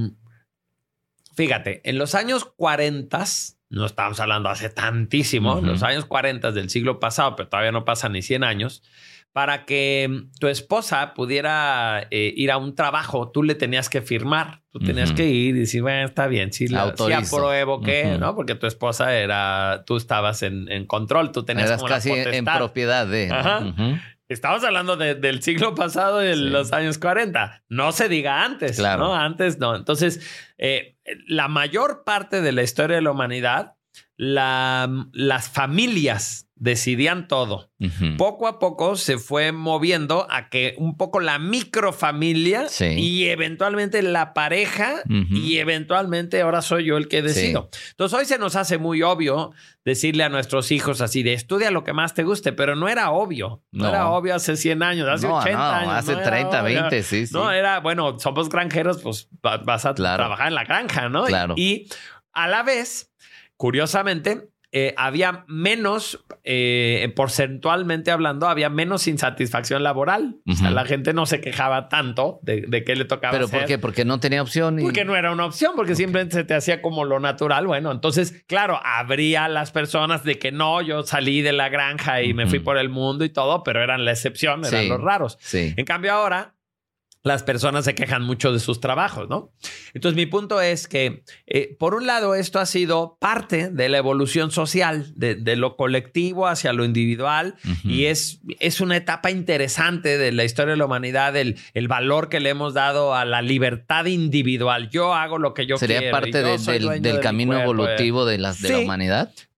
Speaker 2: fíjate, en los años cuarenta, no estamos hablando hace tantísimo, uh-huh. en los años cuarenta del siglo pasado, pero todavía no pasan ni cien años, para que tu esposa pudiera eh, ir a un trabajo, tú le tenías que firmar. Tú tenías uh-huh. que ir y decir, bueno, está bien, sí, la, sí apruebo que, uh-huh. ¿no? Porque tu esposa era, tú estabas en, en control, tú tenías
Speaker 1: Eras
Speaker 2: como
Speaker 1: casi
Speaker 2: la potestad.
Speaker 1: En propiedad de...
Speaker 2: Ajá. Uh-huh. Estamos hablando de, del siglo pasado, de sí. los años cuarenta. No se diga antes, claro. ¿no? Antes no. Entonces, eh, la mayor parte de la historia de la humanidad, la, las familias decidían todo. Uh-huh. Poco a poco se fue moviendo a que un poco la microfamilia sí. y eventualmente la pareja uh-huh. y eventualmente ahora soy yo el que decido. Sí. Entonces hoy se nos hace muy obvio decirle a nuestros hijos así de estudia lo que más te guste, pero no era obvio. No, no era obvio hace cien años, hace no, ochenta
Speaker 1: no,
Speaker 2: años.
Speaker 1: Hace
Speaker 2: no
Speaker 1: treinta, veinte, sí, sí.
Speaker 2: No, era, bueno, somos granjeros, pues vas a claro. trabajar en la granja, ¿no?
Speaker 1: Claro.
Speaker 2: Y a la vez, curiosamente, Eh, había menos, eh, porcentualmente hablando, había menos insatisfacción laboral. Uh-huh. O sea, la gente no se quejaba tanto de, de qué le tocaba
Speaker 1: ¿Pero
Speaker 2: hacer.
Speaker 1: por qué? Porque no tenía opción. Y...
Speaker 2: Porque no era una opción, porque okay. simplemente se te hacía como lo natural. Bueno, entonces, claro, habría las personas de que no, yo salí de la granja y uh-huh. me fui por el mundo y todo, pero eran la excepción, eran sí. los raros.
Speaker 1: Sí.
Speaker 2: En cambio, ahora las personas se quejan mucho de sus trabajos, ¿no? Entonces, mi punto es que, eh, por un lado, esto ha sido parte de la evolución social, de, de lo colectivo hacia lo individual, uh-huh. y es, es una etapa interesante de la historia de la humanidad, el, el valor que le hemos dado a la libertad individual. Yo hago lo que yo
Speaker 1: ¿Sería
Speaker 2: quiero.
Speaker 1: ¿Sería parte de, del, del de camino cuerpo, evolutivo de, las, de sí. la humanidad?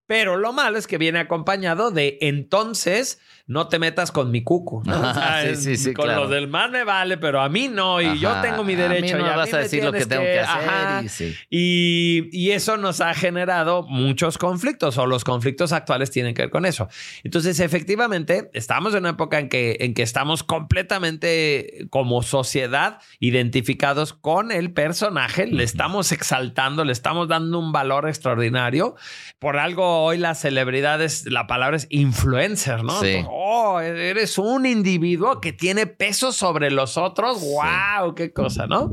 Speaker 2: Pero lo malo es que viene acompañado de entonces no te metas con mi cucu, ¿no?
Speaker 1: Ajá,
Speaker 2: o sea,
Speaker 1: sí, sí, sí,
Speaker 2: con
Speaker 1: claro.
Speaker 2: los del más me vale, pero a mí no, y
Speaker 1: Ajá,
Speaker 2: yo tengo mi derecho.
Speaker 1: A mí no
Speaker 2: y
Speaker 1: me
Speaker 2: a
Speaker 1: vas
Speaker 2: mí
Speaker 1: a
Speaker 2: me
Speaker 1: decir lo que
Speaker 2: tienes
Speaker 1: tengo que hacer.
Speaker 2: Ajá.
Speaker 1: Y, sí.
Speaker 2: y, y eso nos ha generado muchos conflictos, o los conflictos actuales tienen que ver con eso. Entonces, efectivamente, estamos en una época en que, en que estamos completamente como sociedad identificados con el personaje, uh-huh. le estamos exaltando, le estamos dando un valor extraordinario. Por algo hoy las celebridades, la palabra es influencer, ¿no?
Speaker 1: Sí.
Speaker 2: Entonces, oh, eres un individuo que tiene peso sobre los otros. ¡Wow! Sí. ¡Qué cosa!, ¿no?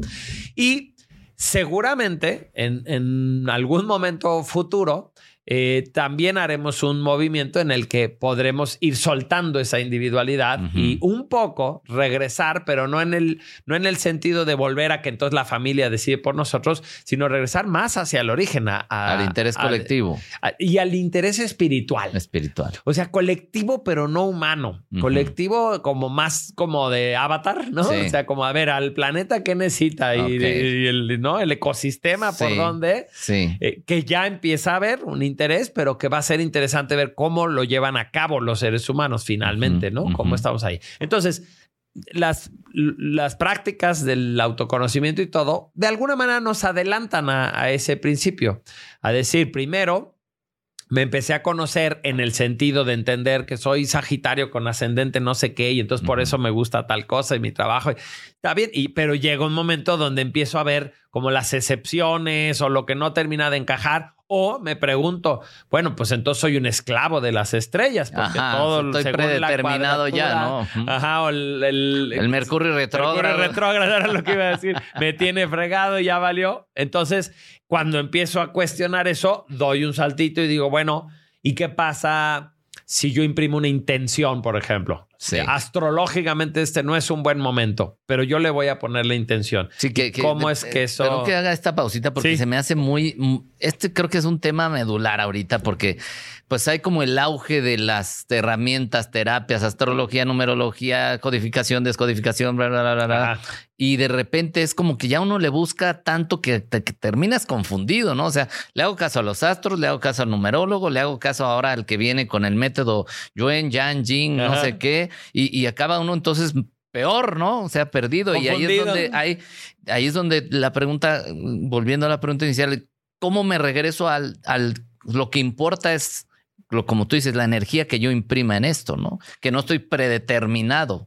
Speaker 2: Y seguramente en, en algún momento futuro Eh, también haremos un movimiento en el que podremos ir soltando esa individualidad uh-huh. y un poco regresar, pero no en el, no en el sentido de volver a que entonces la familia decide por nosotros, sino regresar más hacia el origen. A, a,
Speaker 1: al interés colectivo.
Speaker 2: A, a, y al interés espiritual.
Speaker 1: Espiritual.
Speaker 2: O sea, colectivo, pero no humano. Uh-huh. Colectivo como más como de Avatar, ¿no? Sí. O sea, como a ver, al planeta qué necesita y, okay. y el, ¿no? el ecosistema sí. por donde
Speaker 1: sí.
Speaker 2: eh, que ya empieza a haber un interés, pero que va a ser interesante ver cómo lo llevan a cabo los seres humanos finalmente, ¿no? Uh-huh. Cómo estamos ahí. Entonces, las, las prácticas del autoconocimiento y todo, de alguna manera nos adelantan a, a ese principio. A decir, primero, me empecé a conocer en el sentido de entender que soy Sagitario con ascendente no sé qué y entonces por uh-huh. eso me gusta tal cosa y mi trabajo. Está bien, y, pero llega un momento donde empiezo a ver como las excepciones o lo que no termina de encajar. O me pregunto, bueno, pues entonces soy un esclavo de las estrellas. Porque
Speaker 1: ajá,
Speaker 2: todo
Speaker 1: estoy predeterminado ya, ¿no? Uh-huh.
Speaker 2: Ajá, o el... El,
Speaker 1: el Mercurio retrógrado.
Speaker 2: El Mercurio retrógrado era lo que iba a decir. Me tiene fregado y ya valió. Entonces, cuando empiezo a cuestionar eso, doy un saltito y digo, bueno, ¿y qué pasa si yo imprimo una intención, por ejemplo?
Speaker 1: Sí.
Speaker 2: Astrológicamente este no es un buen momento, pero yo le voy a poner la intención.
Speaker 1: Sí, que, que,
Speaker 2: ¿Cómo
Speaker 1: de,
Speaker 2: es que eso...?
Speaker 1: Pero que haga esta pausita porque sí. se me hace muy... Este creo que es un tema medular ahorita porque pues hay como el auge de las herramientas, terapias, astrología, numerología, codificación, descodificación, bla, bla, bla, bla. Ah. Y de repente es como que ya uno le busca tanto que, te, que terminas confundido, ¿no? O sea, le hago caso a los astros, le hago caso al numerólogo, le hago caso ahora al que viene con el método Yuen, Yang, Jing, no sé qué. Y, y acaba uno entonces peor, ¿no? O sea, perdido. Confundido. Y ahí es donde hay, ahí es donde la pregunta, volviendo a la pregunta inicial, ¿cómo me regreso al, al lo que importa es, lo, como tú dices, la energía que yo imprima en esto, ¿no? Que no estoy predeterminado.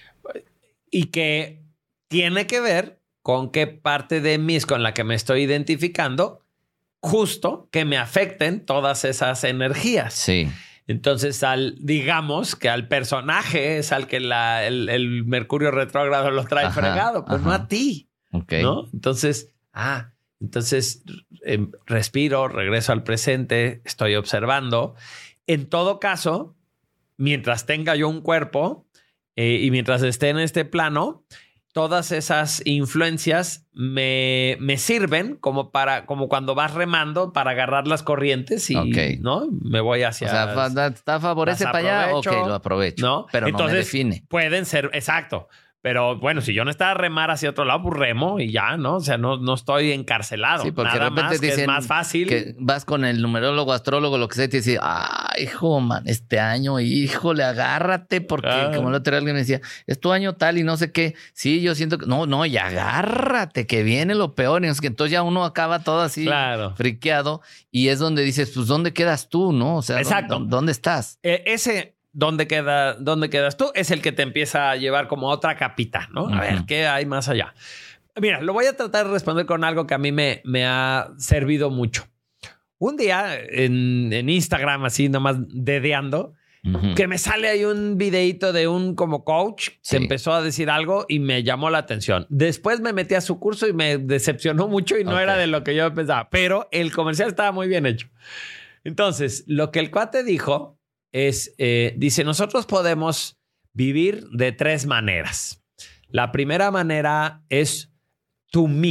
Speaker 2: Y que tiene que ver con qué parte de mí es con la que me estoy identificando, justo que me afecten todas esas energías.
Speaker 1: Sí.
Speaker 2: Entonces, al, digamos que al personaje es al que la, el, el Mercurio retrógrado lo trae ajá, fregado, pues ajá. no a ti.
Speaker 1: Okay.
Speaker 2: ¿No? Entonces, ah, entonces eh, respiro, regreso al presente, estoy observando. En todo caso, mientras tenga yo un cuerpo eh, y mientras esté en este plano, todas esas influencias me, me sirven como para, como cuando vas remando para agarrar las corrientes y
Speaker 1: okay.
Speaker 2: ¿no? Me voy hacia...
Speaker 1: O sea, está favorece para allá, ok, lo aprovecho.
Speaker 2: ¿No?
Speaker 1: Pero
Speaker 2: entonces,
Speaker 1: no me define.
Speaker 2: Pueden ser, exacto. Pero bueno, si yo no estaba a remar hacia otro lado, pues remo y ya, ¿no? O sea, no, no estoy encarcelado.
Speaker 1: Sí, porque
Speaker 2: nada
Speaker 1: de repente
Speaker 2: más,
Speaker 1: dicen
Speaker 2: que es más fácil.
Speaker 1: Que vas con el numerólogo, astrólogo, lo que sea, y te dice, ay, hijo, man, este año, híjole, agárrate, porque ah. como el otro día alguien me decía, es tu año tal y no sé qué. Sí, yo siento que, no, no, y agárrate, que viene lo peor. Y es que entonces ya uno acaba todo así
Speaker 2: claro.
Speaker 1: friqueado y es donde dices, pues, ¿dónde quedas tú, no? O sea,
Speaker 2: exacto.
Speaker 1: ¿dónde, dónde estás?
Speaker 2: Eh, ese... ¿Dónde, queda, ¿Dónde quedas tú? Es el que te empieza a llevar como otra capita, ¿no? Uh-huh. A ver, ¿qué hay más allá? Mira, lo voy a tratar de responder con algo que a mí me, me ha servido mucho. Un día en, en Instagram, así nomás dedeando, uh-huh. que me sale ahí un videito de un como coach
Speaker 1: sí.
Speaker 2: que empezó a decir algo y me llamó la atención. Después me metí a su curso y me decepcionó mucho y no okay. era de lo que yo pensaba, pero el comercial estaba muy bien hecho. Entonces, lo que el cuate dijo... es, eh, dice, nosotros podemos vivir de tres maneras. La primera manera es to me,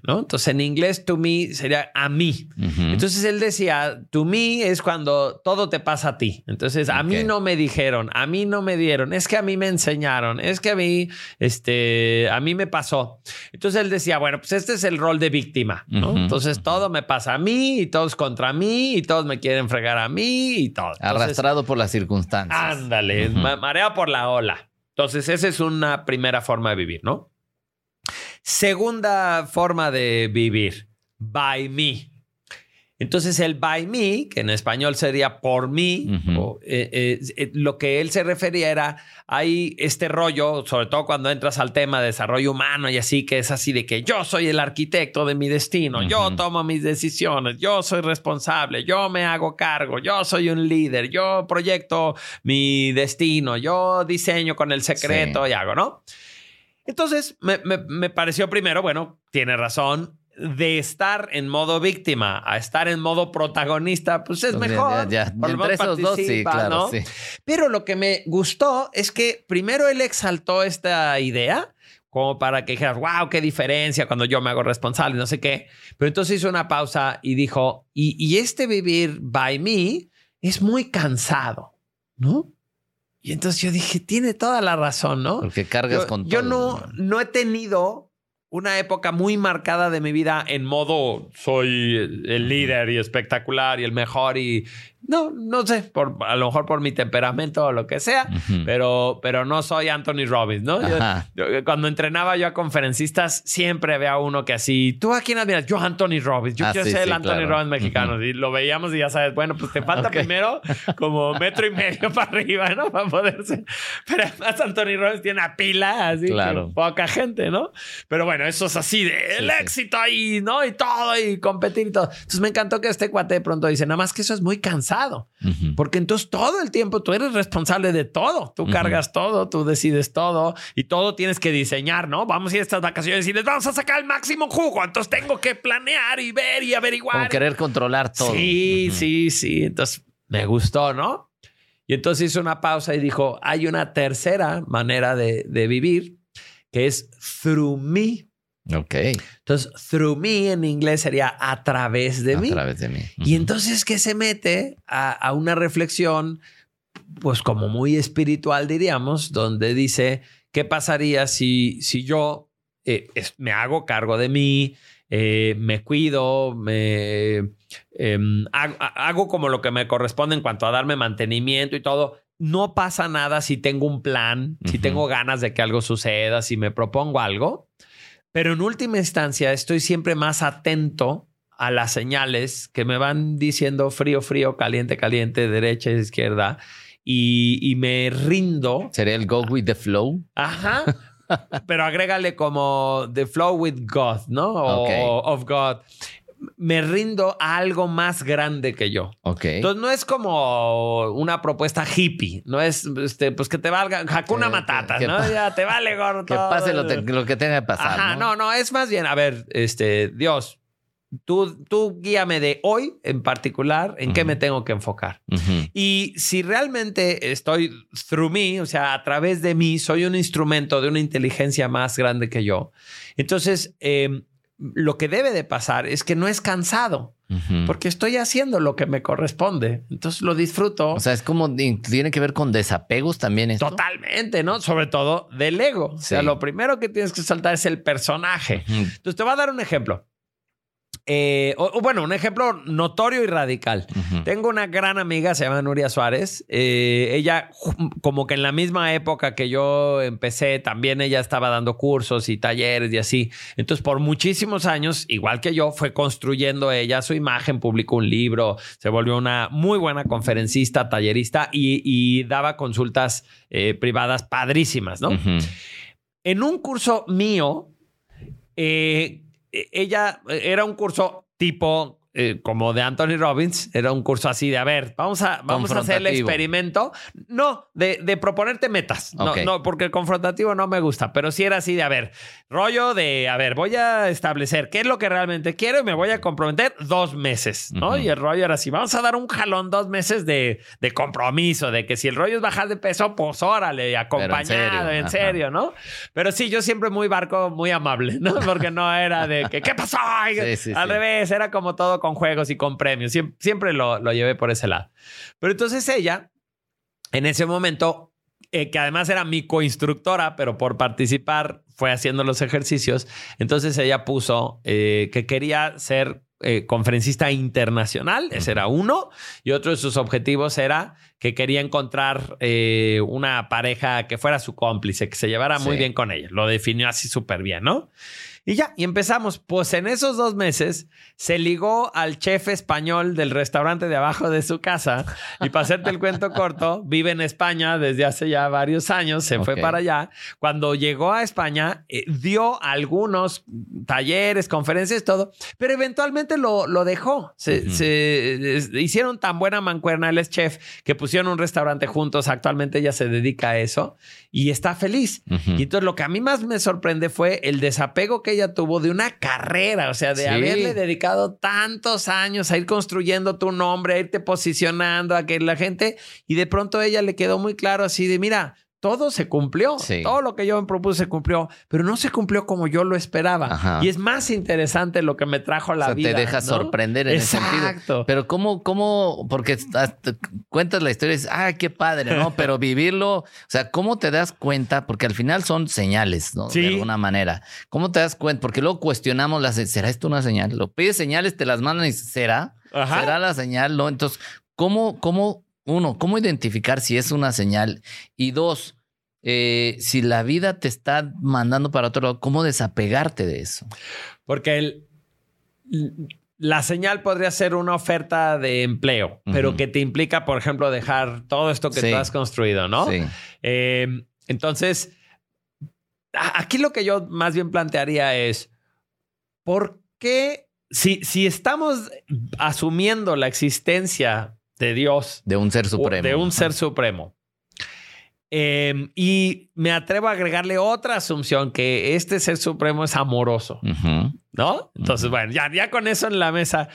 Speaker 2: ¿no? Entonces, en inglés, to me sería a mí. Uh-huh. Entonces, él decía, to me es cuando todo te pasa a ti. Entonces, a okay. mí no me dijeron, a mí no me dieron, es que a mí me enseñaron, es que a mí, este, a mí me pasó. Entonces, él decía, bueno, pues este es el rol de víctima, ¿no? Uh-huh. Entonces, todo me pasa a mí y todos contra mí y todos me quieren fregar a mí y todo. Entonces,
Speaker 1: arrastrado por las circunstancias.
Speaker 2: Ándale, uh-huh. ma- marea por la ola. Entonces, esa es una primera forma de vivir, ¿no? Segunda forma de vivir, by me. Entonces, el by me, que en español sería por mí, uh-huh. o, eh, eh, lo que él se refería era, hay este rollo, sobre todo cuando entras al tema de desarrollo humano y así, que es así de que yo soy el arquitecto de mi destino, uh-huh. yo tomo mis decisiones, yo soy responsable, yo me hago cargo, yo soy un líder, yo proyecto mi destino, yo diseño con el secreto sí. y hago, ¿no? Entonces, me, me, me pareció primero, bueno, tiene razón, de estar en modo víctima a estar en modo protagonista, pues es mejor.
Speaker 1: Ya, ya. Entre esos dos, sí, claro,
Speaker 2: ¿no?
Speaker 1: sí.
Speaker 2: Pero lo que me gustó es que primero él exaltó esta idea como para que dijeras, wow, qué diferencia cuando yo me hago responsable, no sé qué. Pero entonces hizo una pausa y dijo, y, y este vivir by me es muy cansado, ¿no? Y entonces yo dije, tiene toda la razón, ¿no?
Speaker 1: Porque cargas
Speaker 2: yo,
Speaker 1: con todo.
Speaker 2: Yo no, no he tenido una época muy marcada de mi vida en modo soy el líder y espectacular y el mejor y no, no sé, por, a lo mejor por mi temperamento o lo que sea, uh-huh. pero, pero no soy Anthony Robbins, ¿no? Yo, yo, cuando entrenaba yo a conferencistas, siempre había uno que así, ¿tú a quién admiras? Yo a Anthony Robbins, yo ah, quiero sí, ser el sí, Anthony claro. Robbins mexicano. Uh-huh. Y lo veíamos y ya sabes, bueno, pues te falta okay. primero como metro y medio para arriba, ¿no? Para poder ser. Pero además Anthony Robbins tiene una pila, así claro. que poca gente, ¿no? Pero bueno, eso es así de el sí, éxito sí. ahí, ¿no? Y todo, y competir y todo. Entonces me encantó que este cuate de pronto dice, nada más que eso es muy cansado. Uh-huh. Porque entonces todo el tiempo tú eres responsable de todo. Tú uh-huh. cargas todo, tú decides todo y todo tienes que diseñar, ¿no? Vamos a ir a estas vacaciones y les vamos a sacar el máximo jugo. Entonces tengo que planear y ver y averiguar.
Speaker 1: Como querer controlar todo.
Speaker 2: Sí,
Speaker 1: uh-huh.
Speaker 2: sí, sí. Entonces me gustó, ¿no? Y entonces hizo una pausa y dijo, hay una tercera manera de, de vivir que es through me.
Speaker 1: Ok.
Speaker 2: Entonces, through me en inglés sería a través de
Speaker 1: a
Speaker 2: mí.
Speaker 1: A través de mí. Uh-huh.
Speaker 2: Y entonces que se mete a, a una reflexión, pues como muy espiritual diríamos, donde dice, ¿qué pasaría si, si yo eh, es, me hago cargo de mí, eh, me cuido, me eh, hago, hago como lo que me corresponde en cuanto a darme mantenimiento y todo? No pasa nada si tengo un plan, uh-huh. si tengo ganas de que algo suceda, si me propongo algo. Pero en última instancia estoy siempre más atento a las señales que me van diciendo frío, frío, caliente, caliente, derecha, izquierda y, y me rindo.
Speaker 1: ¿Sería el go with the flow?
Speaker 2: Ajá. Pero agrégale como the flow with God, ¿no? O,
Speaker 1: okay.
Speaker 2: o of God. Me rindo a algo más grande que yo.
Speaker 1: Okay.
Speaker 2: Entonces no es como una propuesta hippie, no es este, pues que te valga Hakuna Matata, que, ¿no? Pa- ya te vale gordo.
Speaker 1: Que pase lo, te, lo que tenga que pasar.
Speaker 2: Ajá, ¿no? no, no, es más bien, a ver, este, Dios, tú, tú guíame de hoy en particular en uh-huh. qué me tengo que enfocar. Uh-huh. Y si realmente estoy through me, o sea, a través de mí, soy un instrumento de una inteligencia más grande que yo. Entonces, eh, lo que debe de pasar es que no es cansado uh-huh. porque estoy haciendo lo que me corresponde. Entonces lo disfruto.
Speaker 1: O sea, es como tiene que ver con desapegos también esto.
Speaker 2: Totalmente, ¿no? Sobre todo del ego. Sí. O sea, lo primero que tienes que soltar es el personaje. Uh-huh. Entonces te voy a dar un ejemplo. Eh, o, o bueno, un ejemplo notorio y radical. Uh-huh. Tengo una gran amiga, se llama Nuria Suárez. Eh, ella, como que en la misma época que yo empecé, también ella estaba dando cursos y talleres y así. Entonces, por muchísimos años, igual que yo, fue construyendo ella su imagen, publicó un libro, se volvió una muy buena conferencista, tallerista y, y daba consultas eh, privadas padrísimas, ¿no? Uh-huh. En un curso mío, eh, ella era un curso tipo eh, como de Anthony Robbins, era un curso así de, a ver, vamos a, vamos a hacer el experimento. No, de, de proponerte metas. Okay. No, no, porque el confrontativo no me gusta, pero sí era así de, a ver, rollo de, a ver, voy a establecer qué es lo que realmente quiero y me voy a comprometer dos meses, ¿no? Uh-huh. Y el rollo era así, vamos a dar un jalón dos meses de, de compromiso, de que si el rollo es bajar de peso, pues órale, acompañado, en serio, en serio, ¿no? Pero sí, yo siempre muy barco, muy amable, ¿no? Porque no era de que, ¿qué pasó? Sí, sí, Al sí. revés, era como todo con juegos y con premios. Siempre, siempre lo, lo llevé por ese lado. Pero entonces ella, en ese momento, eh, que además era mi coinstructora, pero por participar fue haciendo los ejercicios, entonces ella puso eh, que quería ser eh, conferencista internacional. Ese era uno. Y otro de sus objetivos era que quería encontrar eh, una pareja que fuera su cómplice, que se llevara sí. muy bien con ella. Lo definió así súper bien, ¿no? Y ya, y empezamos. Pues en esos dos meses se ligó al chef español del restaurante de abajo de su casa. Y para hacerte el cuento corto, vive en España desde hace ya varios años. Se okay. fue para allá. Cuando llegó a España, eh, dio algunos talleres, conferencias, todo. Pero eventualmente lo, lo dejó. Se, uh-huh. se eh, hicieron tan buena mancuerna. Él es chef, que pusieron un restaurante juntos. Actualmente ella se dedica a eso. Y está feliz. Uh-huh. Y entonces lo que a mí más me sorprende fue el desapego que ella tuvo de una carrera, o sea, de sí. haberle dedicado tantos años a ir construyendo tu nombre, a irte posicionando, a que la gente, y de pronto a ella le quedó muy claro así de, mira, todo se cumplió, sí. todo lo que yo me propuse se cumplió, pero no se cumplió como yo lo esperaba. Ajá. Y es más interesante lo que me trajo la o sea, vida. Te deja
Speaker 1: ¿no? sorprender en Exacto. ese sentido. Pero cómo, cómo, porque cuentas la historia y dices, ah, qué padre, ¿no? Pero vivirlo, o sea, ¿cómo te das cuenta? Porque al final son señales, ¿no? Sí. De alguna manera. ¿Cómo te das cuenta? Porque luego cuestionamos las, ¿será esto una señal? Lo pides señales, te las mandan y ¿será? Ajá. ¿Será la señal? No. Entonces, ¿cómo, cómo Uno, ¿cómo identificar si es una señal? Y dos, eh, si la vida te está mandando para otro lado, ¿cómo desapegarte de eso?
Speaker 2: Porque el, la señal podría ser una oferta de empleo, uh-huh. pero que te implica, por ejemplo, dejar todo esto que sí. tú has construido, ¿no? Sí. Eh, entonces, aquí lo que yo más bien plantearía es, ¿por qué si, si estamos asumiendo la existencia de Dios,
Speaker 1: de un ser supremo,
Speaker 2: de un ser supremo. Eh, y me atrevo a agregarle otra asunción, que este ser supremo es amoroso, uh-huh. ¿no? Entonces, uh-huh. bueno, ya, ya con eso en la mesa,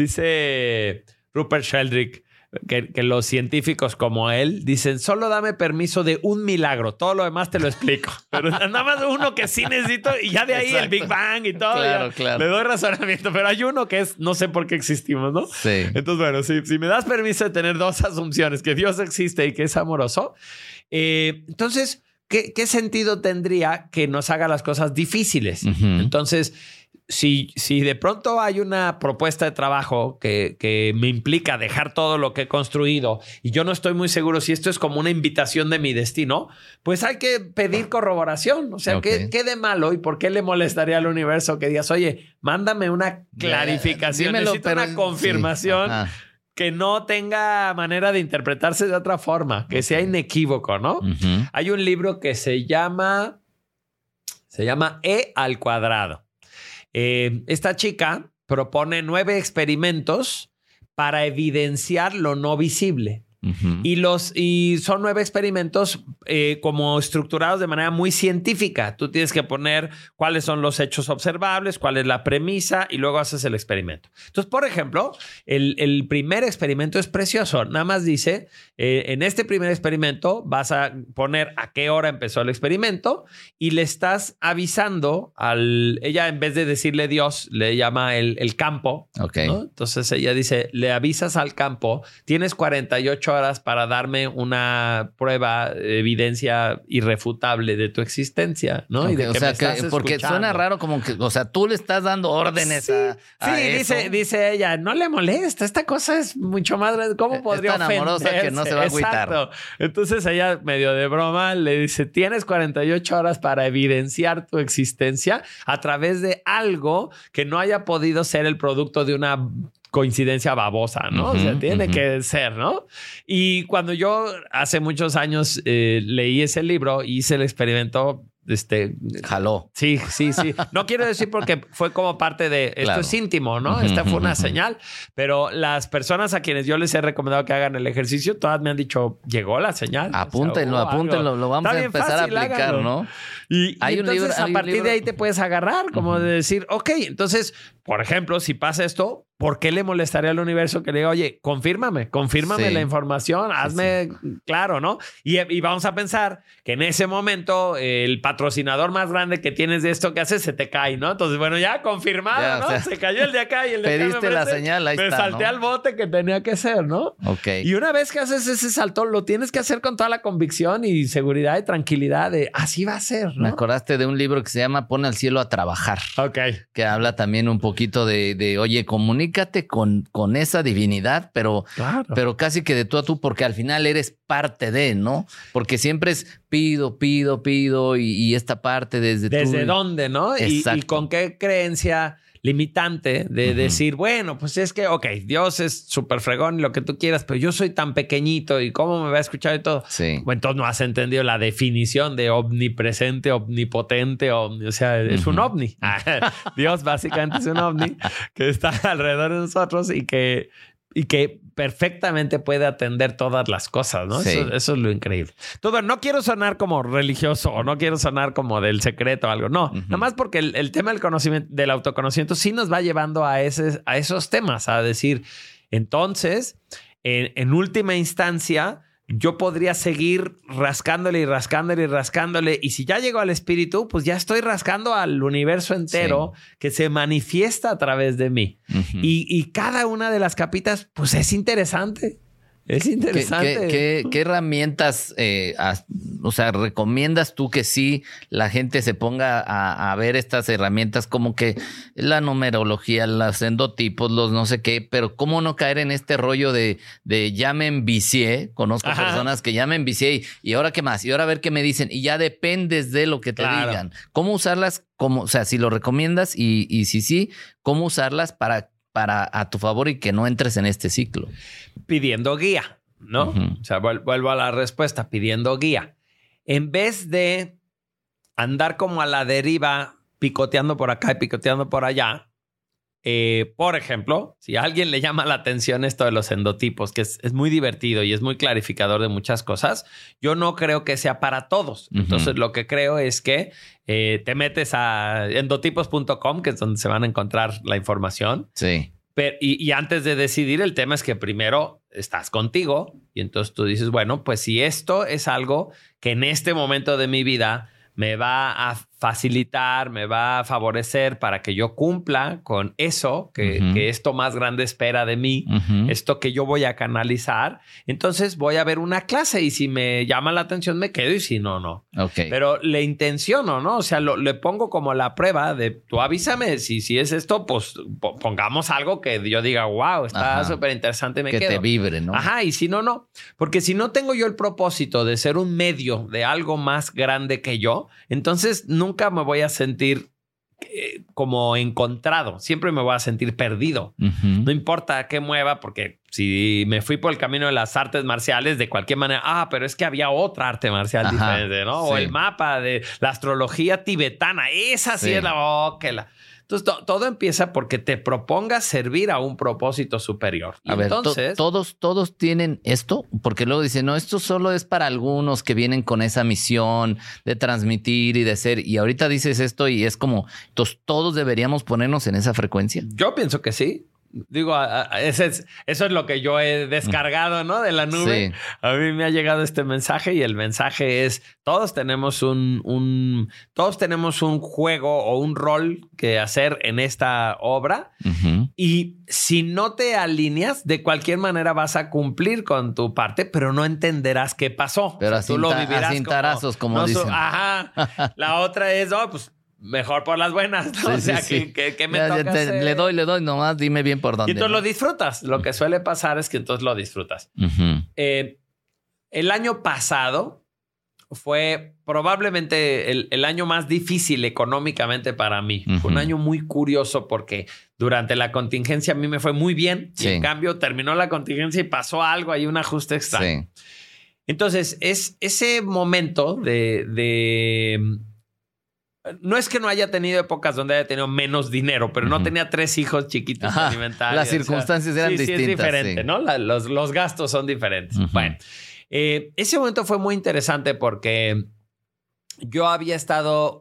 Speaker 2: dice Rupert Sheldrake que, que los científicos como él dicen, solo dame permiso de un milagro, todo lo demás te lo explico. Pero nada más uno que sí necesito y ya de ahí Exacto. el Big Bang y todo. Claro, claro. Le doy razonamiento, pero hay uno que es, no sé por qué existimos, ¿no? Sí. Entonces, bueno, si, si me das permiso de tener dos asunciones, que Dios existe y que es amoroso, eh, entonces, ¿qué, ¿qué sentido tendría que nos haga las cosas difíciles? Uh-huh. Entonces, Si, si de pronto hay una propuesta de trabajo que, que me implica dejar todo lo que he construido y yo no estoy muy seguro si esto es como una invitación de mi destino, pues hay que pedir corroboración. O sea, okay. ¿qué, ¿qué de malo y por qué le molestaría al universo que digas, oye, mándame una clarificación, Dímelo, necesito pero, una confirmación sí. que no tenga manera de interpretarse de otra forma, que okay. sea inequívoco, ¿no? Uh-huh. Hay un libro que se llama, se llama E al cuadrado. Eh, esta chica propone nueve experimentos para evidenciar lo no visible. Uh-huh. Y, los, y son nueve experimentos eh, como estructurados de manera muy científica. Tú tienes que poner cuáles son los hechos observables, cuál es la premisa y luego haces el experimento. Entonces, por ejemplo, el, el primer experimento es precioso. Nada más dice, eh, en este primer experimento vas a poner a qué hora empezó el experimento y le estás avisando al... Ella, en vez de decirle Dios, le llama el, el campo. Okay. ¿no? Entonces ella dice, le avisas al campo, tienes cuarenta y ocho horas para darme una prueba, evidencia irrefutable de tu existencia, ¿no?
Speaker 1: Okay,
Speaker 2: y de que
Speaker 1: o sea,
Speaker 2: me
Speaker 1: que,
Speaker 2: estás
Speaker 1: porque
Speaker 2: escuchando.
Speaker 1: Suena raro como que, o sea, tú le estás dando órdenes
Speaker 2: sí,
Speaker 1: a, a
Speaker 2: Sí,
Speaker 1: eso.
Speaker 2: dice, dice ella, no le molesta, esta cosa es mucho más grande. ¿Cómo podría
Speaker 1: es tan amorosa que no se va a agüitar.
Speaker 2: Exacto. Entonces ella, medio de broma, le dice, tienes cuarenta y ocho horas para evidenciar tu existencia a través de algo que no haya podido ser el producto de una coincidencia babosa, ¿no? Uh-huh, o sea, tiene uh-huh. que ser, ¿no? Y cuando yo hace muchos años eh, leí ese libro, hice el experimento, este...
Speaker 1: Jaló.
Speaker 2: Sí, sí, sí. No quiero decir porque fue como parte de... Esto
Speaker 1: Claro.
Speaker 2: es íntimo, ¿no? Esta fue una señal. Pero las personas a quienes yo les he recomendado que hagan el ejercicio, todas me han dicho, llegó la señal.
Speaker 1: Apúntenlo,
Speaker 2: O sea, hubo
Speaker 1: apúntenlo.
Speaker 2: algo.
Speaker 1: Lo vamos
Speaker 2: Está
Speaker 1: a
Speaker 2: bien
Speaker 1: empezar
Speaker 2: fácil,
Speaker 1: a aplicar,
Speaker 2: háganlo.
Speaker 1: ¿no?
Speaker 2: Y, y
Speaker 1: Hay un
Speaker 2: entonces
Speaker 1: libro- hay
Speaker 2: a
Speaker 1: un
Speaker 2: partir
Speaker 1: libro-
Speaker 2: de ahí te puedes agarrar, como
Speaker 1: Ujú.
Speaker 2: de decir, ok, entonces, por ejemplo, si pasa esto, ¿por qué le molestaría al universo que le diga, oye, confírmame, confírmame
Speaker 1: Sí.
Speaker 2: la información, hazme claro, ¿no? Y, y vamos a pensar que en ese momento el patrocinador más grande que tienes de esto que haces se te cae, ¿no? Entonces, bueno, ya confirmado,
Speaker 1: Ya,
Speaker 2: ¿no?
Speaker 1: o sea,
Speaker 2: se cayó el de acá y el de acá.
Speaker 1: pediste
Speaker 2: me
Speaker 1: la
Speaker 2: parece,
Speaker 1: señal, ahí
Speaker 2: me
Speaker 1: está,
Speaker 2: salté
Speaker 1: ¿no?
Speaker 2: al bote que tenía que ser, ¿no?
Speaker 1: Ok.
Speaker 2: Y una vez que haces ese salto, lo tienes que hacer con toda la convicción y seguridad y tranquilidad de así va a ser, ¿no?
Speaker 1: Me acordaste de un libro que se llama Pone al cielo a trabajar,
Speaker 2: Ok.
Speaker 1: que habla también un poquito de, de oye, comunícate con, con esa divinidad, pero,
Speaker 2: Claro.
Speaker 1: pero casi que de tú a tú, porque al final eres parte de, ¿no? Porque siempre es pido, pido, pido y, y esta parte desde tú.
Speaker 2: ¿Desde dónde, no? Y,
Speaker 1: Exacto.
Speaker 2: y con qué creencia limitante de
Speaker 1: Ujú.
Speaker 2: decir, bueno, pues es que, ok, Dios es súper fregón y lo que tú quieras, pero yo soy tan pequeñito y cómo me va a escuchar y todo.
Speaker 1: Sí.
Speaker 2: Bueno, entonces no has entendido la definición de omnipresente, omnipotente, omni- o sea, es un
Speaker 1: Ujú.
Speaker 2: ovni. Dios básicamente es un ovni que está alrededor de nosotros y que, y que perfectamente puede atender todas las cosas, ¿no?
Speaker 1: Sí.
Speaker 2: Eso, eso es lo increíble. Todo, no quiero sonar como religioso o no quiero sonar como del secreto o algo, no.
Speaker 1: Ujú.
Speaker 2: Nada más porque el, el tema del conocimiento, del autoconocimiento sí nos va llevando a, ese, a esos temas, a decir, entonces, en, en última instancia, yo podría seguir rascándole y rascándole y rascándole. Y si ya llego al espíritu, pues ya estoy rascando al universo entero que se manifiesta a través de mí.
Speaker 1: Ujú.
Speaker 2: Y, y cada una de las capitas, pues es interesante. Es
Speaker 1: ¿Qué,
Speaker 2: interesante.
Speaker 1: qué- qué- qué herramientas, eh, has- o sea, recomiendas tú que sí la gente se ponga a, a ver estas herramientas como que la numerología, los endotipos, los no sé qué, pero cómo no caer en este rollo de, de ya me envicié? Conozco
Speaker 2: Ajá.
Speaker 1: personas que ya me envicié y, y ahora qué más, y ahora a ver qué me dicen y ya dependes de lo que te
Speaker 2: Claro.
Speaker 1: digan. ¿Cómo usarlas? Como, o sea, si lo recomiendas y, y si sí, ¿cómo usarlas para, para a tu favor y que no entres en este ciclo?
Speaker 2: Pidiendo guía, ¿no?
Speaker 1: Ujú.
Speaker 2: O sea, vuel- vuelvo a la respuesta, pidiendo guía. En vez de andar como a la deriva, picoteando por acá y picoteando por allá, eh, por ejemplo, si a alguien le llama la atención esto de los endotipos, que es, es muy divertido y es muy clarificador de muchas cosas, yo no creo que sea para todos.
Speaker 1: Ujú.
Speaker 2: Entonces, lo que creo es que eh, te metes a endotipos punto com, que es donde se van a encontrar la información.
Speaker 1: Sí.
Speaker 2: Pero, y, y antes de decidir, el tema es que primero estás contigo y entonces tú dices, bueno, pues si esto es algo que en este momento de mi vida me va a facilitar, me va a favorecer para que yo cumpla con eso que,
Speaker 1: Ujú.
Speaker 2: que esto más grande espera de mí,
Speaker 1: Ujú.
Speaker 2: esto que yo voy a canalizar, entonces voy a ver una clase y si me llama la atención me quedo y si no, no.
Speaker 1: Ok.
Speaker 2: Pero le intenciono, ¿no? O sea, lo, le pongo como la prueba de tú avísame si, si es esto, pues po- pongamos algo que yo diga, wow, está
Speaker 1: Ajá.
Speaker 2: súper interesante, me
Speaker 1: que
Speaker 2: quedo.
Speaker 1: te vibre, ¿no?
Speaker 2: Ajá, y si no, no. Porque si no tengo yo el propósito de ser un medio de algo más grande que yo, entonces nunca me voy a sentir eh, como encontrado. Siempre me voy a sentir perdido.
Speaker 1: Ujú.
Speaker 2: No importa qué mueva, porque si me fui por el camino de las artes marciales, de cualquier manera, ah, pero es que había otra arte marcial
Speaker 1: Ajá,
Speaker 2: diferente, ¿no? O
Speaker 1: sí.
Speaker 2: el mapa de la astrología tibetana, esa sí,
Speaker 1: Sí.
Speaker 2: es la... oh, que la... Entonces, to- todo empieza porque te propongas servir a un propósito superior. Y
Speaker 1: A ver, to-
Speaker 2: entonces,
Speaker 1: todos, todos tienen esto, porque luego dicen, no, esto solo es para algunos que vienen con esa misión de transmitir y de ser. Y ahorita dices esto y es como, entonces todos deberíamos ponernos en esa frecuencia.
Speaker 2: yo pienso que sí. Digo, a- a- ese es- eso es lo que yo he descargado, ¿no? De la nube.
Speaker 1: Sí.
Speaker 2: A mí me ha llegado este mensaje y el mensaje es, todos tenemos un, un, todos tenemos un juego o un rol que hacer en esta obra.
Speaker 1: Ujú.
Speaker 2: Y si no te alineas, de cualquier manera vas a cumplir con tu parte, pero no entenderás qué pasó.
Speaker 1: Pero
Speaker 2: O sea, tú
Speaker 1: a
Speaker 2: lo
Speaker 1: cinta- a
Speaker 2: vivirás
Speaker 1: cintarazos, como
Speaker 2: no su-
Speaker 1: dicen.
Speaker 2: Ajá. La otra es, oh, pues mejor por las buenas, ¿no?
Speaker 1: Sí,
Speaker 2: o sea,
Speaker 1: sí, sí.
Speaker 2: que, que, que me
Speaker 1: Ya, ya
Speaker 2: toca
Speaker 1: te-
Speaker 2: hacer?
Speaker 1: le doy, le doy, nomás dime bien por dónde.
Speaker 2: Y entonces
Speaker 1: ¿no?
Speaker 2: lo disfrutas. Lo que suele pasar es que entonces lo disfrutas.
Speaker 1: Ujú.
Speaker 2: Eh, el año pasado fue probablemente el, el año más difícil económicamente para mí.
Speaker 1: Ujú.
Speaker 2: Fue un año muy curioso porque durante la contingencia a mí me fue muy bien.
Speaker 1: Sí.
Speaker 2: Y en cambio terminó la contingencia y pasó algo, hay un ajuste extraño.
Speaker 1: Sí.
Speaker 2: Entonces, es ese momento de, de no es que no haya tenido épocas donde haya tenido menos dinero, pero no uh-huh. tenía tres hijos chiquitos
Speaker 1: Ajá,
Speaker 2: alimentarios.
Speaker 1: las circunstancias
Speaker 2: o sea,
Speaker 1: eran
Speaker 2: sí,
Speaker 1: distintas.
Speaker 2: Sí, es diferente,
Speaker 1: sí.
Speaker 2: ¿no? La, los, los gastos son diferentes. Uh-huh. Bueno, eh, ese momento fue muy interesante porque yo había estado...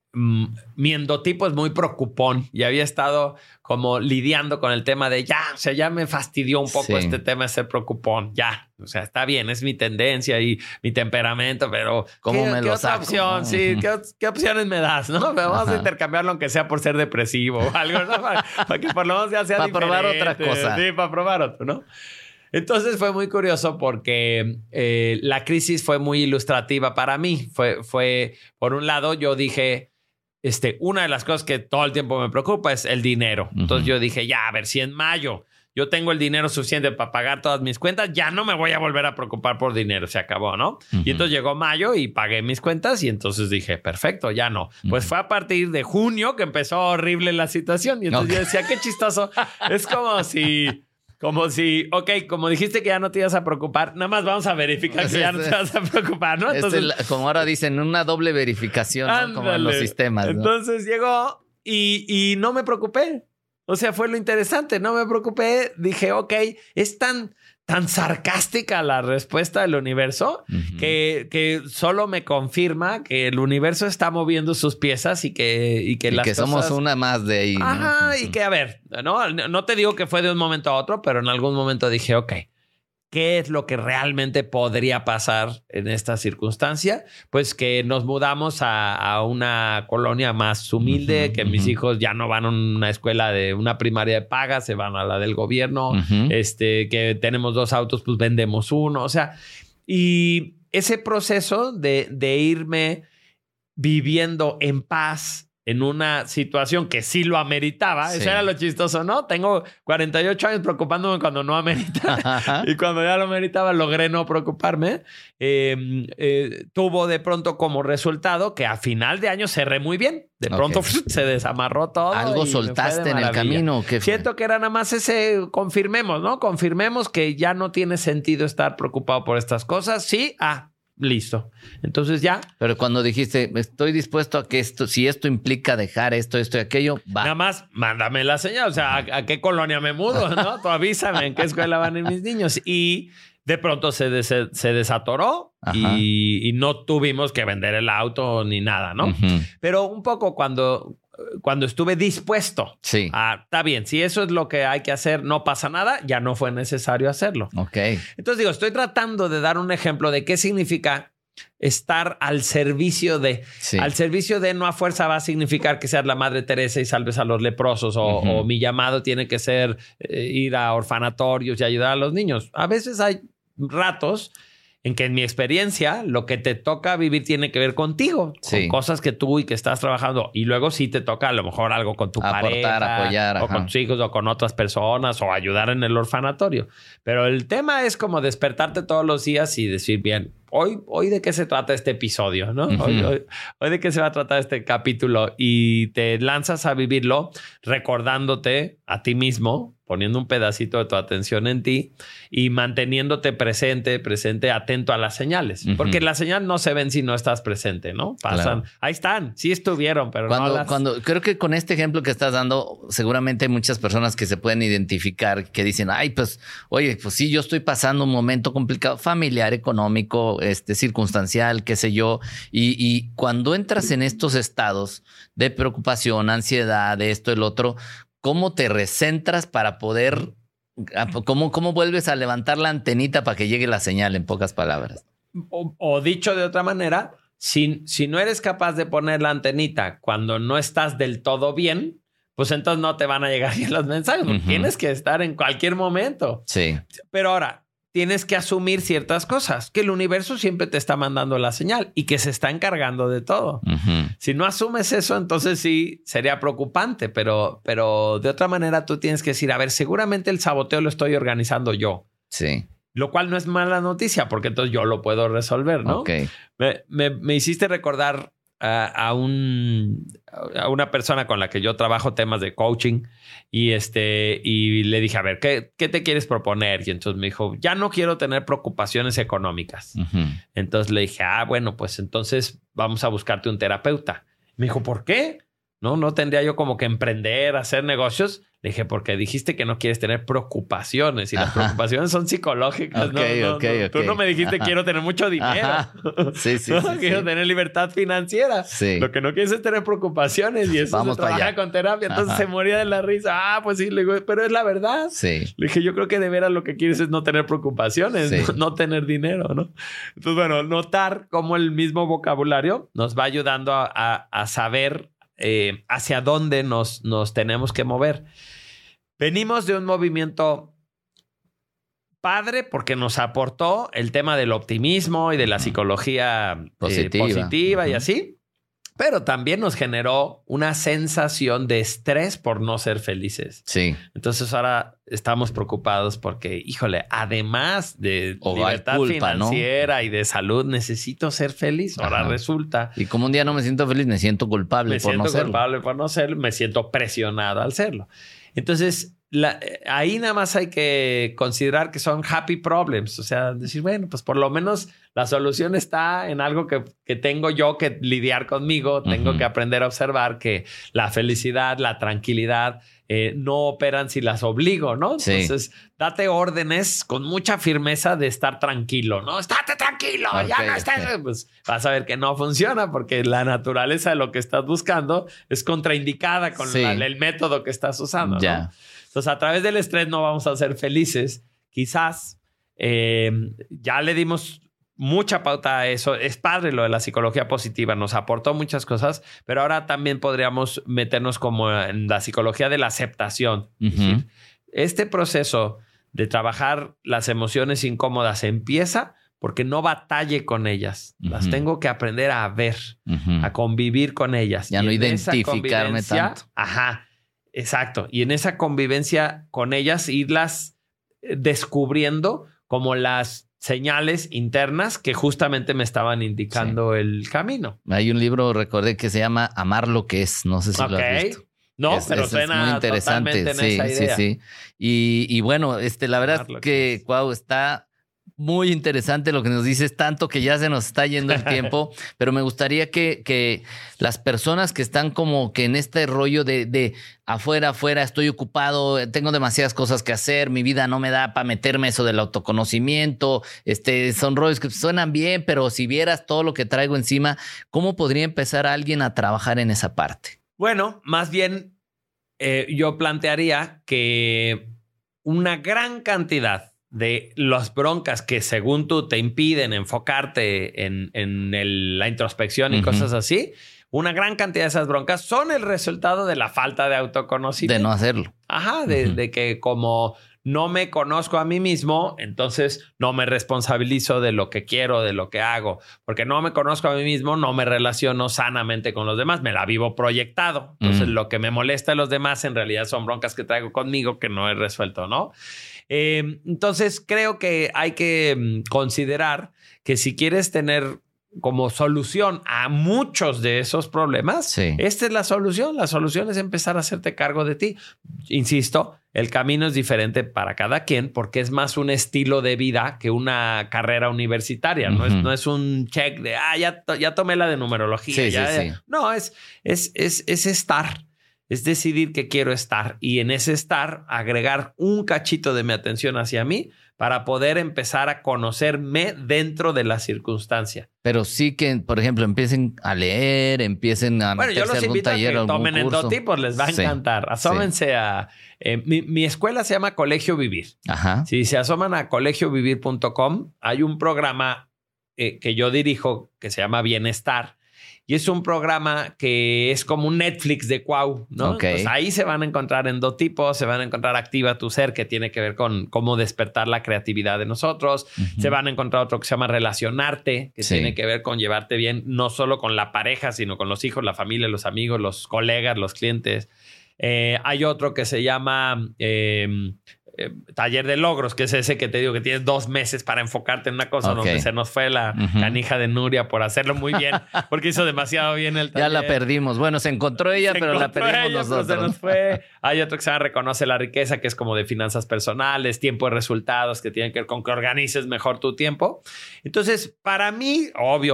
Speaker 2: mi endotipo es muy preocupón y había estado como lidiando con el tema de ya, o sea, ya me fastidió un poco sí. este tema de ser preocupón, ya, o sea, está bien, es mi tendencia y mi temperamento, pero
Speaker 1: ¿cómo
Speaker 2: ¿qué,
Speaker 1: me
Speaker 2: ¿qué
Speaker 1: lo
Speaker 2: otra
Speaker 1: saco?
Speaker 2: opción? Sí, ¿qué, ¿qué opciones me das? ¿No? Vamos Ajá. a intercambiarlo aunque sea por ser depresivo o algo, ¿no? Para, para que por lo menos ya sea
Speaker 1: para
Speaker 2: diferente.
Speaker 1: probar otra cosa.
Speaker 2: Sí, para probar otro, ¿no? Entonces fue muy curioso porque eh, la crisis fue muy ilustrativa para mí. Fue, fue, por un lado, yo dije... Este, una de las cosas que todo el tiempo me preocupa es el dinero. Uh-huh. Entonces yo dije, ya, a ver, si en mayo yo tengo el dinero suficiente para pagar todas mis cuentas, ya no me voy a volver a preocupar por dinero. Se acabó, ¿no? Uh-huh. Y entonces llegó mayo y pagué mis cuentas y entonces dije, perfecto, ya no. Uh-huh. Pues fue a partir de junio que empezó horrible la situación. Y entonces okay. yo decía, qué chistoso. Es como si... Como si, ok, como dijiste que ya no te ibas a preocupar, nada más vamos a verificar que ya no te vas a preocupar, ¿no?
Speaker 1: Entonces, este, como ahora dicen, una doble verificación, ¿no? Como en los sistemas, ¿no?
Speaker 2: Entonces llegó y, y no me preocupé. O sea, fue lo interesante, no me preocupé. Dije, ok, es tan... tan sarcástica la respuesta del universo uh-huh. que, que solo me confirma que el universo está moviendo sus piezas y que, y que
Speaker 1: y
Speaker 2: las
Speaker 1: que
Speaker 2: cosas...
Speaker 1: somos una más de ahí.
Speaker 2: Ajá, ¿no?
Speaker 1: Uh-huh.
Speaker 2: Y que, a ver, no, no te digo que fue de un momento a otro, pero en algún momento dije, ok, ¿qué es lo que realmente podría pasar en esta circunstancia? Pues que nos mudamos a, a una colonia más humilde, uh-huh, que uh-huh. mis hijos ya no van a una escuela de una primaria de paga, se van a la del gobierno, uh-huh. este, que tenemos dos autos, pues vendemos uno, o sea, y ese proceso de, de irme viviendo en paz en una situación que sí lo ameritaba. Sí. Eso era lo chistoso, ¿no? Tengo cuarenta y ocho años preocupándome cuando no amerita. Y cuando ya lo ameritaba, logré no preocuparme. Eh, eh, tuvo de pronto como resultado que a final de año cerré muy bien. De pronto okay. se desamarró todo.
Speaker 1: ¿Algo soltaste en el camino? ¿Qué fue?
Speaker 2: Siento que era nada más ese, confirmemos, ¿no? Confirmemos que ya no tiene sentido estar preocupado por estas cosas. Sí, ah, listo. Entonces ya.
Speaker 1: Pero cuando dijiste, estoy dispuesto a que esto, si esto implica dejar esto, esto y aquello, va.
Speaker 2: Nada más, mándame la señal. O sea, ¿a, a qué colonia me mudo? ¿No? Tú avísame en qué escuela van a ir mis niños. Y de pronto se, des, se desatoró y, y no tuvimos que vender el auto ni nada, ¿no? Uh-huh. Pero un poco cuando... Cuando estuve dispuesto
Speaker 1: sí.
Speaker 2: a, está bien, si eso es lo que hay que hacer, no pasa nada, ya no fue necesario hacerlo.
Speaker 1: Ok.
Speaker 2: Entonces digo, estoy tratando de dar un ejemplo de qué significa estar al servicio de. Sí. Al servicio de no a fuerza va a significar que seas la Madre Teresa y salves a los leprosos o, uh-huh. o mi llamado tiene que ser eh, ir a orfanatorios y ayudar a los niños. A veces hay ratos en que en mi experiencia lo que te toca vivir tiene que ver contigo, sí. con cosas que tú y que estás trabajando y luego sí te toca a lo mejor algo con tu
Speaker 1: aportar,
Speaker 2: pareja,
Speaker 1: apoyar,
Speaker 2: o
Speaker 1: ajá.
Speaker 2: con tus hijos o con otras personas o ayudar en el orfanatorio. Pero el tema es como despertarte todos los días y decir, bien, hoy, hoy de qué se trata este episodio, ¿no? Uh-huh. Hoy, hoy, hoy de qué se va a tratar este capítulo y te lanzas a vivirlo recordándote a ti mismo, poniendo un pedacito de tu atención en ti y manteniéndote presente, presente, atento a las señales. Uh-huh. Porque las señales no se ven si no estás presente, ¿no? Pasan. Claro. Ahí están. Sí estuvieron, pero
Speaker 1: cuando,
Speaker 2: no las...
Speaker 1: Cuando, creo que con este ejemplo que estás dando, seguramente hay muchas personas que se pueden identificar, que dicen, ay, pues, oye, pues sí, yo estoy pasando un momento complicado, familiar, económico, este, circunstancial, qué sé yo. Y, y cuando entras en estos estados de preocupación, ansiedad, de esto, el otro, ¿cómo te recentras para poder, cómo, cómo vuelves a levantar la antenita para que llegue la señal, en pocas palabras?
Speaker 2: O, o dicho de otra manera, si, si no eres capaz de poner la antenita cuando no estás del todo bien, pues entonces no te van a llegar bien los mensajes. Uh-huh. Tienes que estar en cualquier momento.
Speaker 1: Sí.
Speaker 2: Pero ahora, tienes que asumir ciertas cosas, que el universo siempre te está mandando la señal y que se está encargando de todo. Uh-huh. Si no asumes eso, entonces sí sería preocupante, pero, pero de otra manera tú tienes que decir, a ver, seguramente el saboteo lo estoy organizando yo.
Speaker 1: Sí.
Speaker 2: Lo cual no es mala noticia, porque entonces yo lo puedo resolver, ¿no?
Speaker 1: Ok.
Speaker 2: Me, me, me hiciste recordar a, a, un, a una persona con la que yo trabajo temas de coaching y, este, y le dije, a ver, ¿qué, ¿qué te quieres proponer? Y entonces me dijo, ya no quiero tener preocupaciones económicas. Uh-huh. Entonces le dije, ah, bueno, pues entonces vamos a buscarte un terapeuta. Me dijo, ¿por qué? No, no tendría yo como que emprender, hacer negocios. Le dije, porque dijiste que no quieres tener preocupaciones y las Ajá. preocupaciones son psicológicas.
Speaker 1: Okay,
Speaker 2: no, no,
Speaker 1: okay,
Speaker 2: no.
Speaker 1: okay.
Speaker 2: Tú no me dijiste
Speaker 1: Ajá.
Speaker 2: quiero tener mucho dinero.
Speaker 1: Ajá. Sí, sí,
Speaker 2: no,
Speaker 1: sí.
Speaker 2: quiero
Speaker 1: sí.
Speaker 2: tener libertad financiera.
Speaker 1: Sí.
Speaker 2: Lo que no quieres es tener preocupaciones y eso
Speaker 1: Vamos
Speaker 2: se trabaja
Speaker 1: allá.
Speaker 2: con terapia. Entonces
Speaker 1: Ajá.
Speaker 2: se moría de la risa. Ah, pues sí, le digo, pero es la verdad.
Speaker 1: Sí.
Speaker 2: Le dije, yo creo que de veras lo que quieres es no tener preocupaciones,
Speaker 1: Sí.
Speaker 2: no, no tener dinero, ¿no? Entonces, bueno, notar cómo el mismo vocabulario nos va ayudando a, a, a saber eh, hacia dónde nos, nos tenemos que mover. Venimos de un movimiento padre porque nos aportó el tema del optimismo y de la psicología
Speaker 1: positiva,
Speaker 2: eh, positiva
Speaker 1: uh-huh.
Speaker 2: y así, pero también nos generó una sensación de estrés por no ser felices.
Speaker 1: Sí.
Speaker 2: Entonces ahora estamos preocupados porque, híjole, además de
Speaker 1: O
Speaker 2: libertad
Speaker 1: culpa,
Speaker 2: financiera,
Speaker 1: ¿no?
Speaker 2: y de salud, necesito ser feliz. Ahora
Speaker 1: Ajá.
Speaker 2: resulta...
Speaker 1: Y como un día no me siento feliz, me siento culpable
Speaker 2: Me
Speaker 1: por
Speaker 2: siento
Speaker 1: no serlo.
Speaker 2: culpable por no serlo, me siento presionado al serlo. Entonces, la, ahí nada más hay que considerar que son happy problems. O sea, decir, bueno, pues por lo menos la solución está en algo que, que tengo yo que lidiar conmigo. Tengo
Speaker 1: Uh-huh.
Speaker 2: que aprender a observar que la felicidad, la tranquilidad eh, no operan si las obligo, ¿no?
Speaker 1: Sí.
Speaker 2: Entonces, date órdenes con mucha firmeza de estar tranquilo, ¿no? Estate tranquilo,
Speaker 1: Okay,
Speaker 2: ya no estés.
Speaker 1: okay.
Speaker 2: Pues vas a ver que no funciona porque la naturaleza de lo que estás buscando es contraindicada con
Speaker 1: Sí.
Speaker 2: la, el método que estás usando,
Speaker 1: Ya.
Speaker 2: ¿no? Entonces, a través del estrés no vamos a ser felices. Quizás eh, ya le dimos mucha pauta a eso. Es padre lo de la psicología positiva. Nos aportó muchas cosas, pero ahora también podríamos meternos como en la psicología de la aceptación.
Speaker 1: Uh-huh.
Speaker 2: Es decir, este proceso de trabajar las emociones incómodas empieza porque no batalle con ellas.
Speaker 1: Uh-huh.
Speaker 2: Las tengo que aprender a ver,
Speaker 1: Uh-huh.
Speaker 2: a convivir con ellas.
Speaker 1: Ya
Speaker 2: Y
Speaker 1: no
Speaker 2: en esa
Speaker 1: identificarme
Speaker 2: convivencia-
Speaker 1: tanto.
Speaker 2: Ajá. Exacto. Y en esa convivencia con ellas, irlas eh, descubriendo como las señales internas que justamente me estaban indicando sí. el camino.
Speaker 1: Hay un libro, recordé, que se llama Amar lo que es. No sé si
Speaker 2: okay.
Speaker 1: lo has visto.
Speaker 2: No,
Speaker 1: es,
Speaker 2: pero
Speaker 1: es,
Speaker 2: suena
Speaker 1: es muy interesante.
Speaker 2: totalmente en
Speaker 1: sí,
Speaker 2: esa idea.
Speaker 1: sí, sí. Y, y bueno, este, la verdad es que, wow, está muy interesante lo que nos dices, tanto que ya se nos está yendo el tiempo, pero me gustaría que, que las personas que están como que en este rollo de, de afuera, afuera, estoy ocupado, tengo demasiadas cosas que hacer, mi vida no me da para meterme eso del autoconocimiento, este, son rollos que suenan bien, pero si vieras todo lo que traigo encima, ¿cómo podría empezar alguien a trabajar en esa parte?
Speaker 2: Bueno, más bien eh, yo plantearía que una gran cantidad de las broncas que según tú te impiden enfocarte en, en el, la introspección y uh-huh. cosas así, una gran cantidad de esas broncas son el resultado de la falta de autoconocimiento.
Speaker 1: De no hacerlo.
Speaker 2: Ajá, de, uh-huh. de que como no me conozco a mí mismo, entonces no me responsabilizo de lo que quiero, de lo que hago. Porque no me conozco a mí mismo, no me relaciono sanamente con los demás, me la vivo proyectado. Entonces uh-huh. lo que me molesta a los demás en realidad son broncas que traigo conmigo que no he resuelto, ¿no? Eh, entonces creo que hay que considerar que si quieres tener como solución a muchos de esos problemas,
Speaker 1: sí.
Speaker 2: esta es la solución. La solución es empezar a hacerte cargo de ti. Insisto, el camino es diferente para cada quien porque es más un estilo de vida que una carrera universitaria. Uh-huh. No es, no es un check de, ah, ya, ya tomé la de numerología.
Speaker 1: Sí,
Speaker 2: ya,
Speaker 1: sí,
Speaker 2: ya.
Speaker 1: sí.
Speaker 2: No, es, es, es, es estar. Es decidir que quiero estar y en ese estar agregar un cachito de mi atención hacia mí para poder empezar a conocerme dentro de la circunstancia.
Speaker 1: Pero sí que, por ejemplo, empiecen a leer, empiecen a
Speaker 2: bueno, yo los
Speaker 1: algún
Speaker 2: invito
Speaker 1: taller,
Speaker 2: a que tomen
Speaker 1: curso.
Speaker 2: endotipos, les va a encantar. Sí. Asómense sí. a... Eh, mi, mi escuela se llama Colegio Vivir.
Speaker 1: Ajá.
Speaker 2: Si se asoman a colegio vivir punto com, hay un programa eh, que yo dirijo que se llama Bienestar. Y es un programa que es como un Netflix de Cuau, ¿no?
Speaker 1: Okay.
Speaker 2: Entonces ahí se van a encontrar endotipos, se van a encontrar Activa tu Ser, que tiene que ver con cómo despertar la creatividad de nosotros. Uh-huh. Se van a encontrar otro que se llama Relacionarte, que sí. tiene que ver con llevarte bien, no solo con la pareja, sino con los hijos, la familia, los amigos, los colegas, los clientes. Eh, hay otro que se llama... Eh, Eh, taller de logros, que es ese que te digo que tienes dos meses para enfocarte en una cosa, okay. donde se nos fue la uh-huh. canija de Nuria por hacerlo muy bien, porque hizo demasiado bien el taller.
Speaker 1: Ya la perdimos. Bueno, se encontró ella,
Speaker 2: se
Speaker 1: pero
Speaker 2: encontró
Speaker 1: la perdimos
Speaker 2: ella,
Speaker 1: nosotros.
Speaker 2: Pero se nos fue. Hay otro que se llama Reconoce la Riqueza, que es como de finanzas personales, tiempo de resultados, que tienen que ver con que organices mejor tu tiempo. Entonces, para mí, obvio,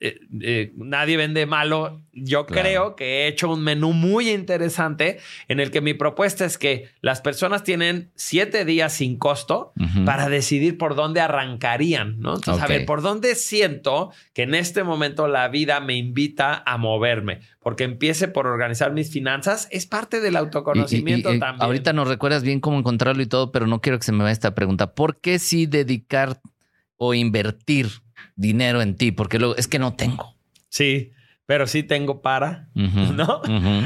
Speaker 2: eh, eh, nadie vende malo. Yo claro. creo que he hecho un menú muy interesante en el que mi propuesta es que las personas tienen siete días sin costo uh-huh. para decidir por dónde arrancarían, ¿no? Entonces, okay. a ver, ¿por dónde siento que en este momento la vida me invita a moverme? Porque empiece por organizar mis finanzas. Es parte del autoconocimiento y, y, y, también. Ahorita
Speaker 1: nos recuerdas bien cómo encontrarlo y todo, pero no quiero que se me vaya esta pregunta. ¿Por qué sí dedicar o invertir dinero en ti? Porque luego es que no tengo.
Speaker 2: Sí, pero sí tengo para, uh-huh, ¿no? Uh-huh.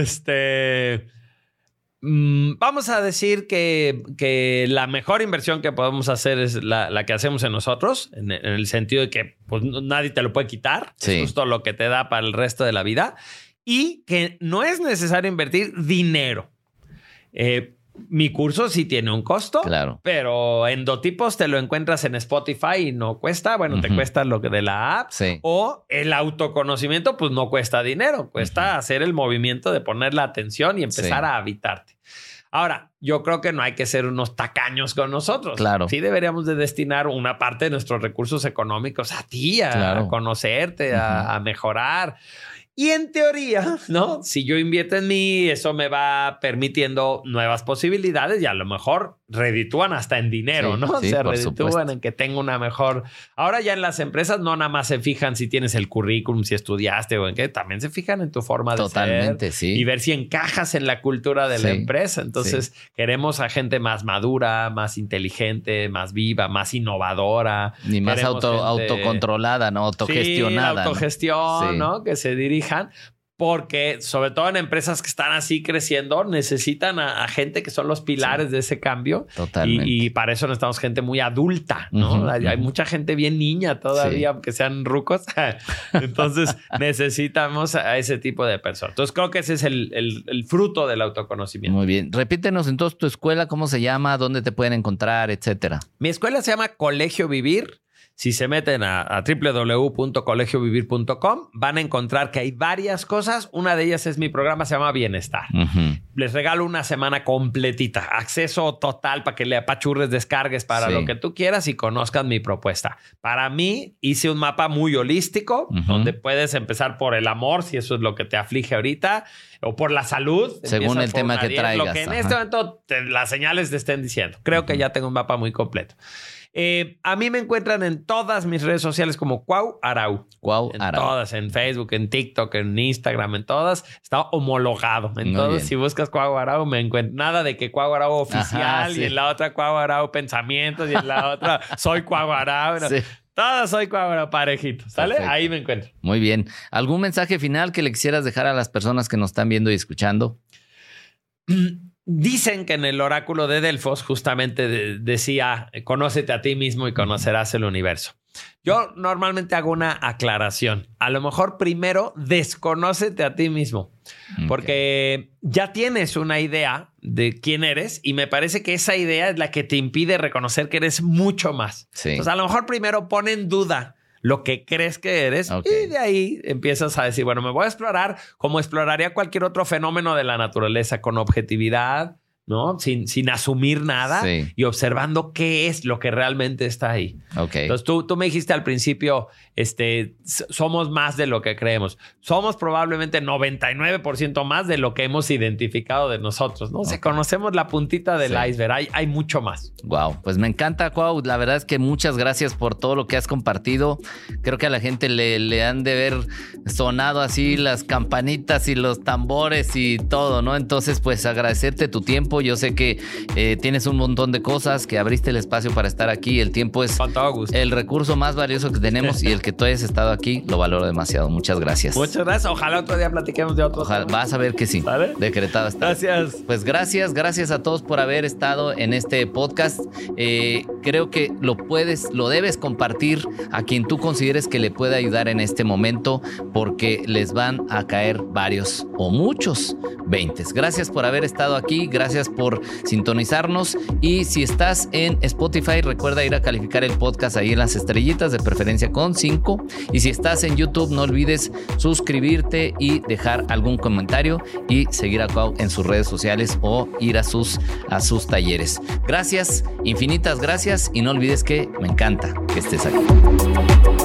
Speaker 2: Este, mmm, vamos a decir que, que la mejor inversión que podemos hacer es la, la que hacemos en nosotros, en, en el sentido de que pues, nadie te lo puede quitar. Sí. Es justo lo que te da para el resto de la vida. Y que no es necesario invertir dinero. Eh, Mi curso sí tiene un costo,
Speaker 1: claro.
Speaker 2: pero Endotipos te lo encuentras en Spotify y no cuesta. Bueno, uh-huh. te cuesta lo que de la app.
Speaker 1: Sí.
Speaker 2: O el autoconocimiento, pues no cuesta dinero. Cuesta uh-huh. hacer el movimiento de poner la atención y empezar sí. a habitarte. Ahora, yo creo que no hay que ser unos tacaños con nosotros.
Speaker 1: Claro.
Speaker 2: Sí deberíamos de destinar una parte de nuestros recursos económicos a ti, a, claro. a conocerte, uh-huh. a, a mejorar. Y en teoría, ¿no? Si yo invierto en mí, eso me va permitiendo nuevas posibilidades y a lo mejor reditúan hasta en dinero,
Speaker 1: sí,
Speaker 2: ¿no?
Speaker 1: Sí,
Speaker 2: se
Speaker 1: por
Speaker 2: reditúan
Speaker 1: supuesto.
Speaker 2: En que tengo una mejor... Ahora ya en las empresas no nada más se fijan si tienes el currículum, si estudiaste o en qué. También se fijan en tu forma de
Speaker 1: Totalmente,
Speaker 2: ser.
Speaker 1: Sí.
Speaker 2: Y ver si encajas en la cultura de sí, la empresa. Entonces, sí. queremos a gente más madura, más inteligente, más viva, más innovadora.
Speaker 1: Ni más auto, gente... autocontrolada, ¿no? Autogestionada.
Speaker 2: Sí, la autogestión,
Speaker 1: ¿no?
Speaker 2: ¿no? Sí. Que se dirijan. Porque sobre todo en empresas que están así creciendo, necesitan a, a gente que son los pilares sí. de ese cambio.
Speaker 1: Totalmente.
Speaker 2: Y, y para eso necesitamos gente muy adulta, ¿no? Uh-huh, hay, uh-huh. hay mucha gente bien niña todavía, sí. aunque sean rucos. Entonces necesitamos a ese tipo de personas. Entonces creo que ese es el, el, el fruto del autoconocimiento.
Speaker 1: Muy bien. Repítenos entonces tu escuela, ¿cómo se llama? ¿Dónde te pueden encontrar? Etcétera.
Speaker 2: Mi escuela se llama Colegio Vivir. Si se meten a, a doble u doble u doble u punto colegio vivir punto com, van a encontrar que hay varias cosas. Una de ellas es mi programa, se llama Bienestar. Uh-huh. Les regalo una semana completita. Acceso total para que le apachurres, descargues para sí. lo que tú quieras y conozcas mi propuesta. Para mí, hice un mapa muy holístico, uh-huh. donde puedes empezar por el amor, si eso es lo que te aflige ahorita, o por la salud.
Speaker 1: Según el tema que traigas.
Speaker 2: Lo que en
Speaker 1: Ajá.
Speaker 2: este momento te, las señales te estén diciendo. Creo uh-huh. que ya tengo un mapa muy completo. Eh, a mí me encuentran en todas mis redes sociales como Cuau Arau.
Speaker 1: Cuau
Speaker 2: en
Speaker 1: Arau.
Speaker 2: Todas, en Facebook, en TikTok, en Instagram, en todas. Está homologado. Entonces, si buscas Cuau Arau, me encuentro. Nada de que Cuau Arau oficial. Ajá, sí. Y en la otra Cuau Arau pensamientos y en la otra soy Cuau Arau. No. Sí. Todas soy Cuau Arau parejito. ¿Sale? Perfecto. Ahí me encuentro.
Speaker 1: Muy bien. ¿Algún mensaje final que le quisieras dejar a las personas que nos están viendo y escuchando?
Speaker 2: Dicen que en el oráculo de Delfos justamente de, decía, conócete a ti mismo y conocerás el universo. Yo normalmente hago una aclaración. A lo mejor primero desconócete a ti mismo, okay. porque ya tienes una idea de quién eres y me parece que esa idea es la que te impide reconocer que eres mucho más.
Speaker 1: Sí.
Speaker 2: Entonces a lo mejor primero pon en duda lo que crees que eres okay. y de ahí empiezas a decir, bueno, me voy a explorar como exploraría cualquier otro fenómeno de la naturaleza, con objetividad, ¿no? Sin, sin asumir nada sí. y observando qué es lo que realmente está ahí.
Speaker 1: Okay.
Speaker 2: Entonces tú, tú me dijiste al principio, este, somos más de lo que creemos. Somos probablemente noventa y nueve por ciento más de lo que hemos identificado de nosotros, ¿no? Okay. O sea, conocemos la puntita del sí. iceberg. Hay, hay mucho más.
Speaker 1: Wow, pues me encanta, Cuau. La verdad es que muchas gracias por todo lo que has compartido. Creo que a la gente le, le han de ver sonado así las campanitas y los tambores y todo, ¿no? Entonces, pues agradecerte tu tiempo. Yo sé que eh, tienes un montón de cosas, que abriste el espacio para estar aquí. El tiempo es el recurso más valioso que tenemos y el que tú hayas estado aquí lo valoro demasiado. Muchas gracias.
Speaker 2: Muchas gracias. Ojalá otro día platiquemos de otros temas.
Speaker 1: Vas a ver que sí.
Speaker 2: ¿Vale?
Speaker 1: Decretado está.
Speaker 2: Gracias.
Speaker 1: Pues gracias, gracias a todos por haber estado en este podcast. Eh, creo que lo puedes, lo debes compartir a quien tú consideres que le pueda ayudar en este momento, porque les van a caer varios o muchos veintes. Gracias por haber estado aquí. Gracias por sintonizarnos. Y si estás en Spotify, recuerda ir a calificar el podcast ahí en las estrellitas, de preferencia con cinco. Y si estás en YouTube, no olvides suscribirte y dejar algún comentario y seguir a Cuau en sus redes sociales o ir a sus, a sus talleres. Gracias, infinitas gracias, y no olvides que me encanta que estés aquí.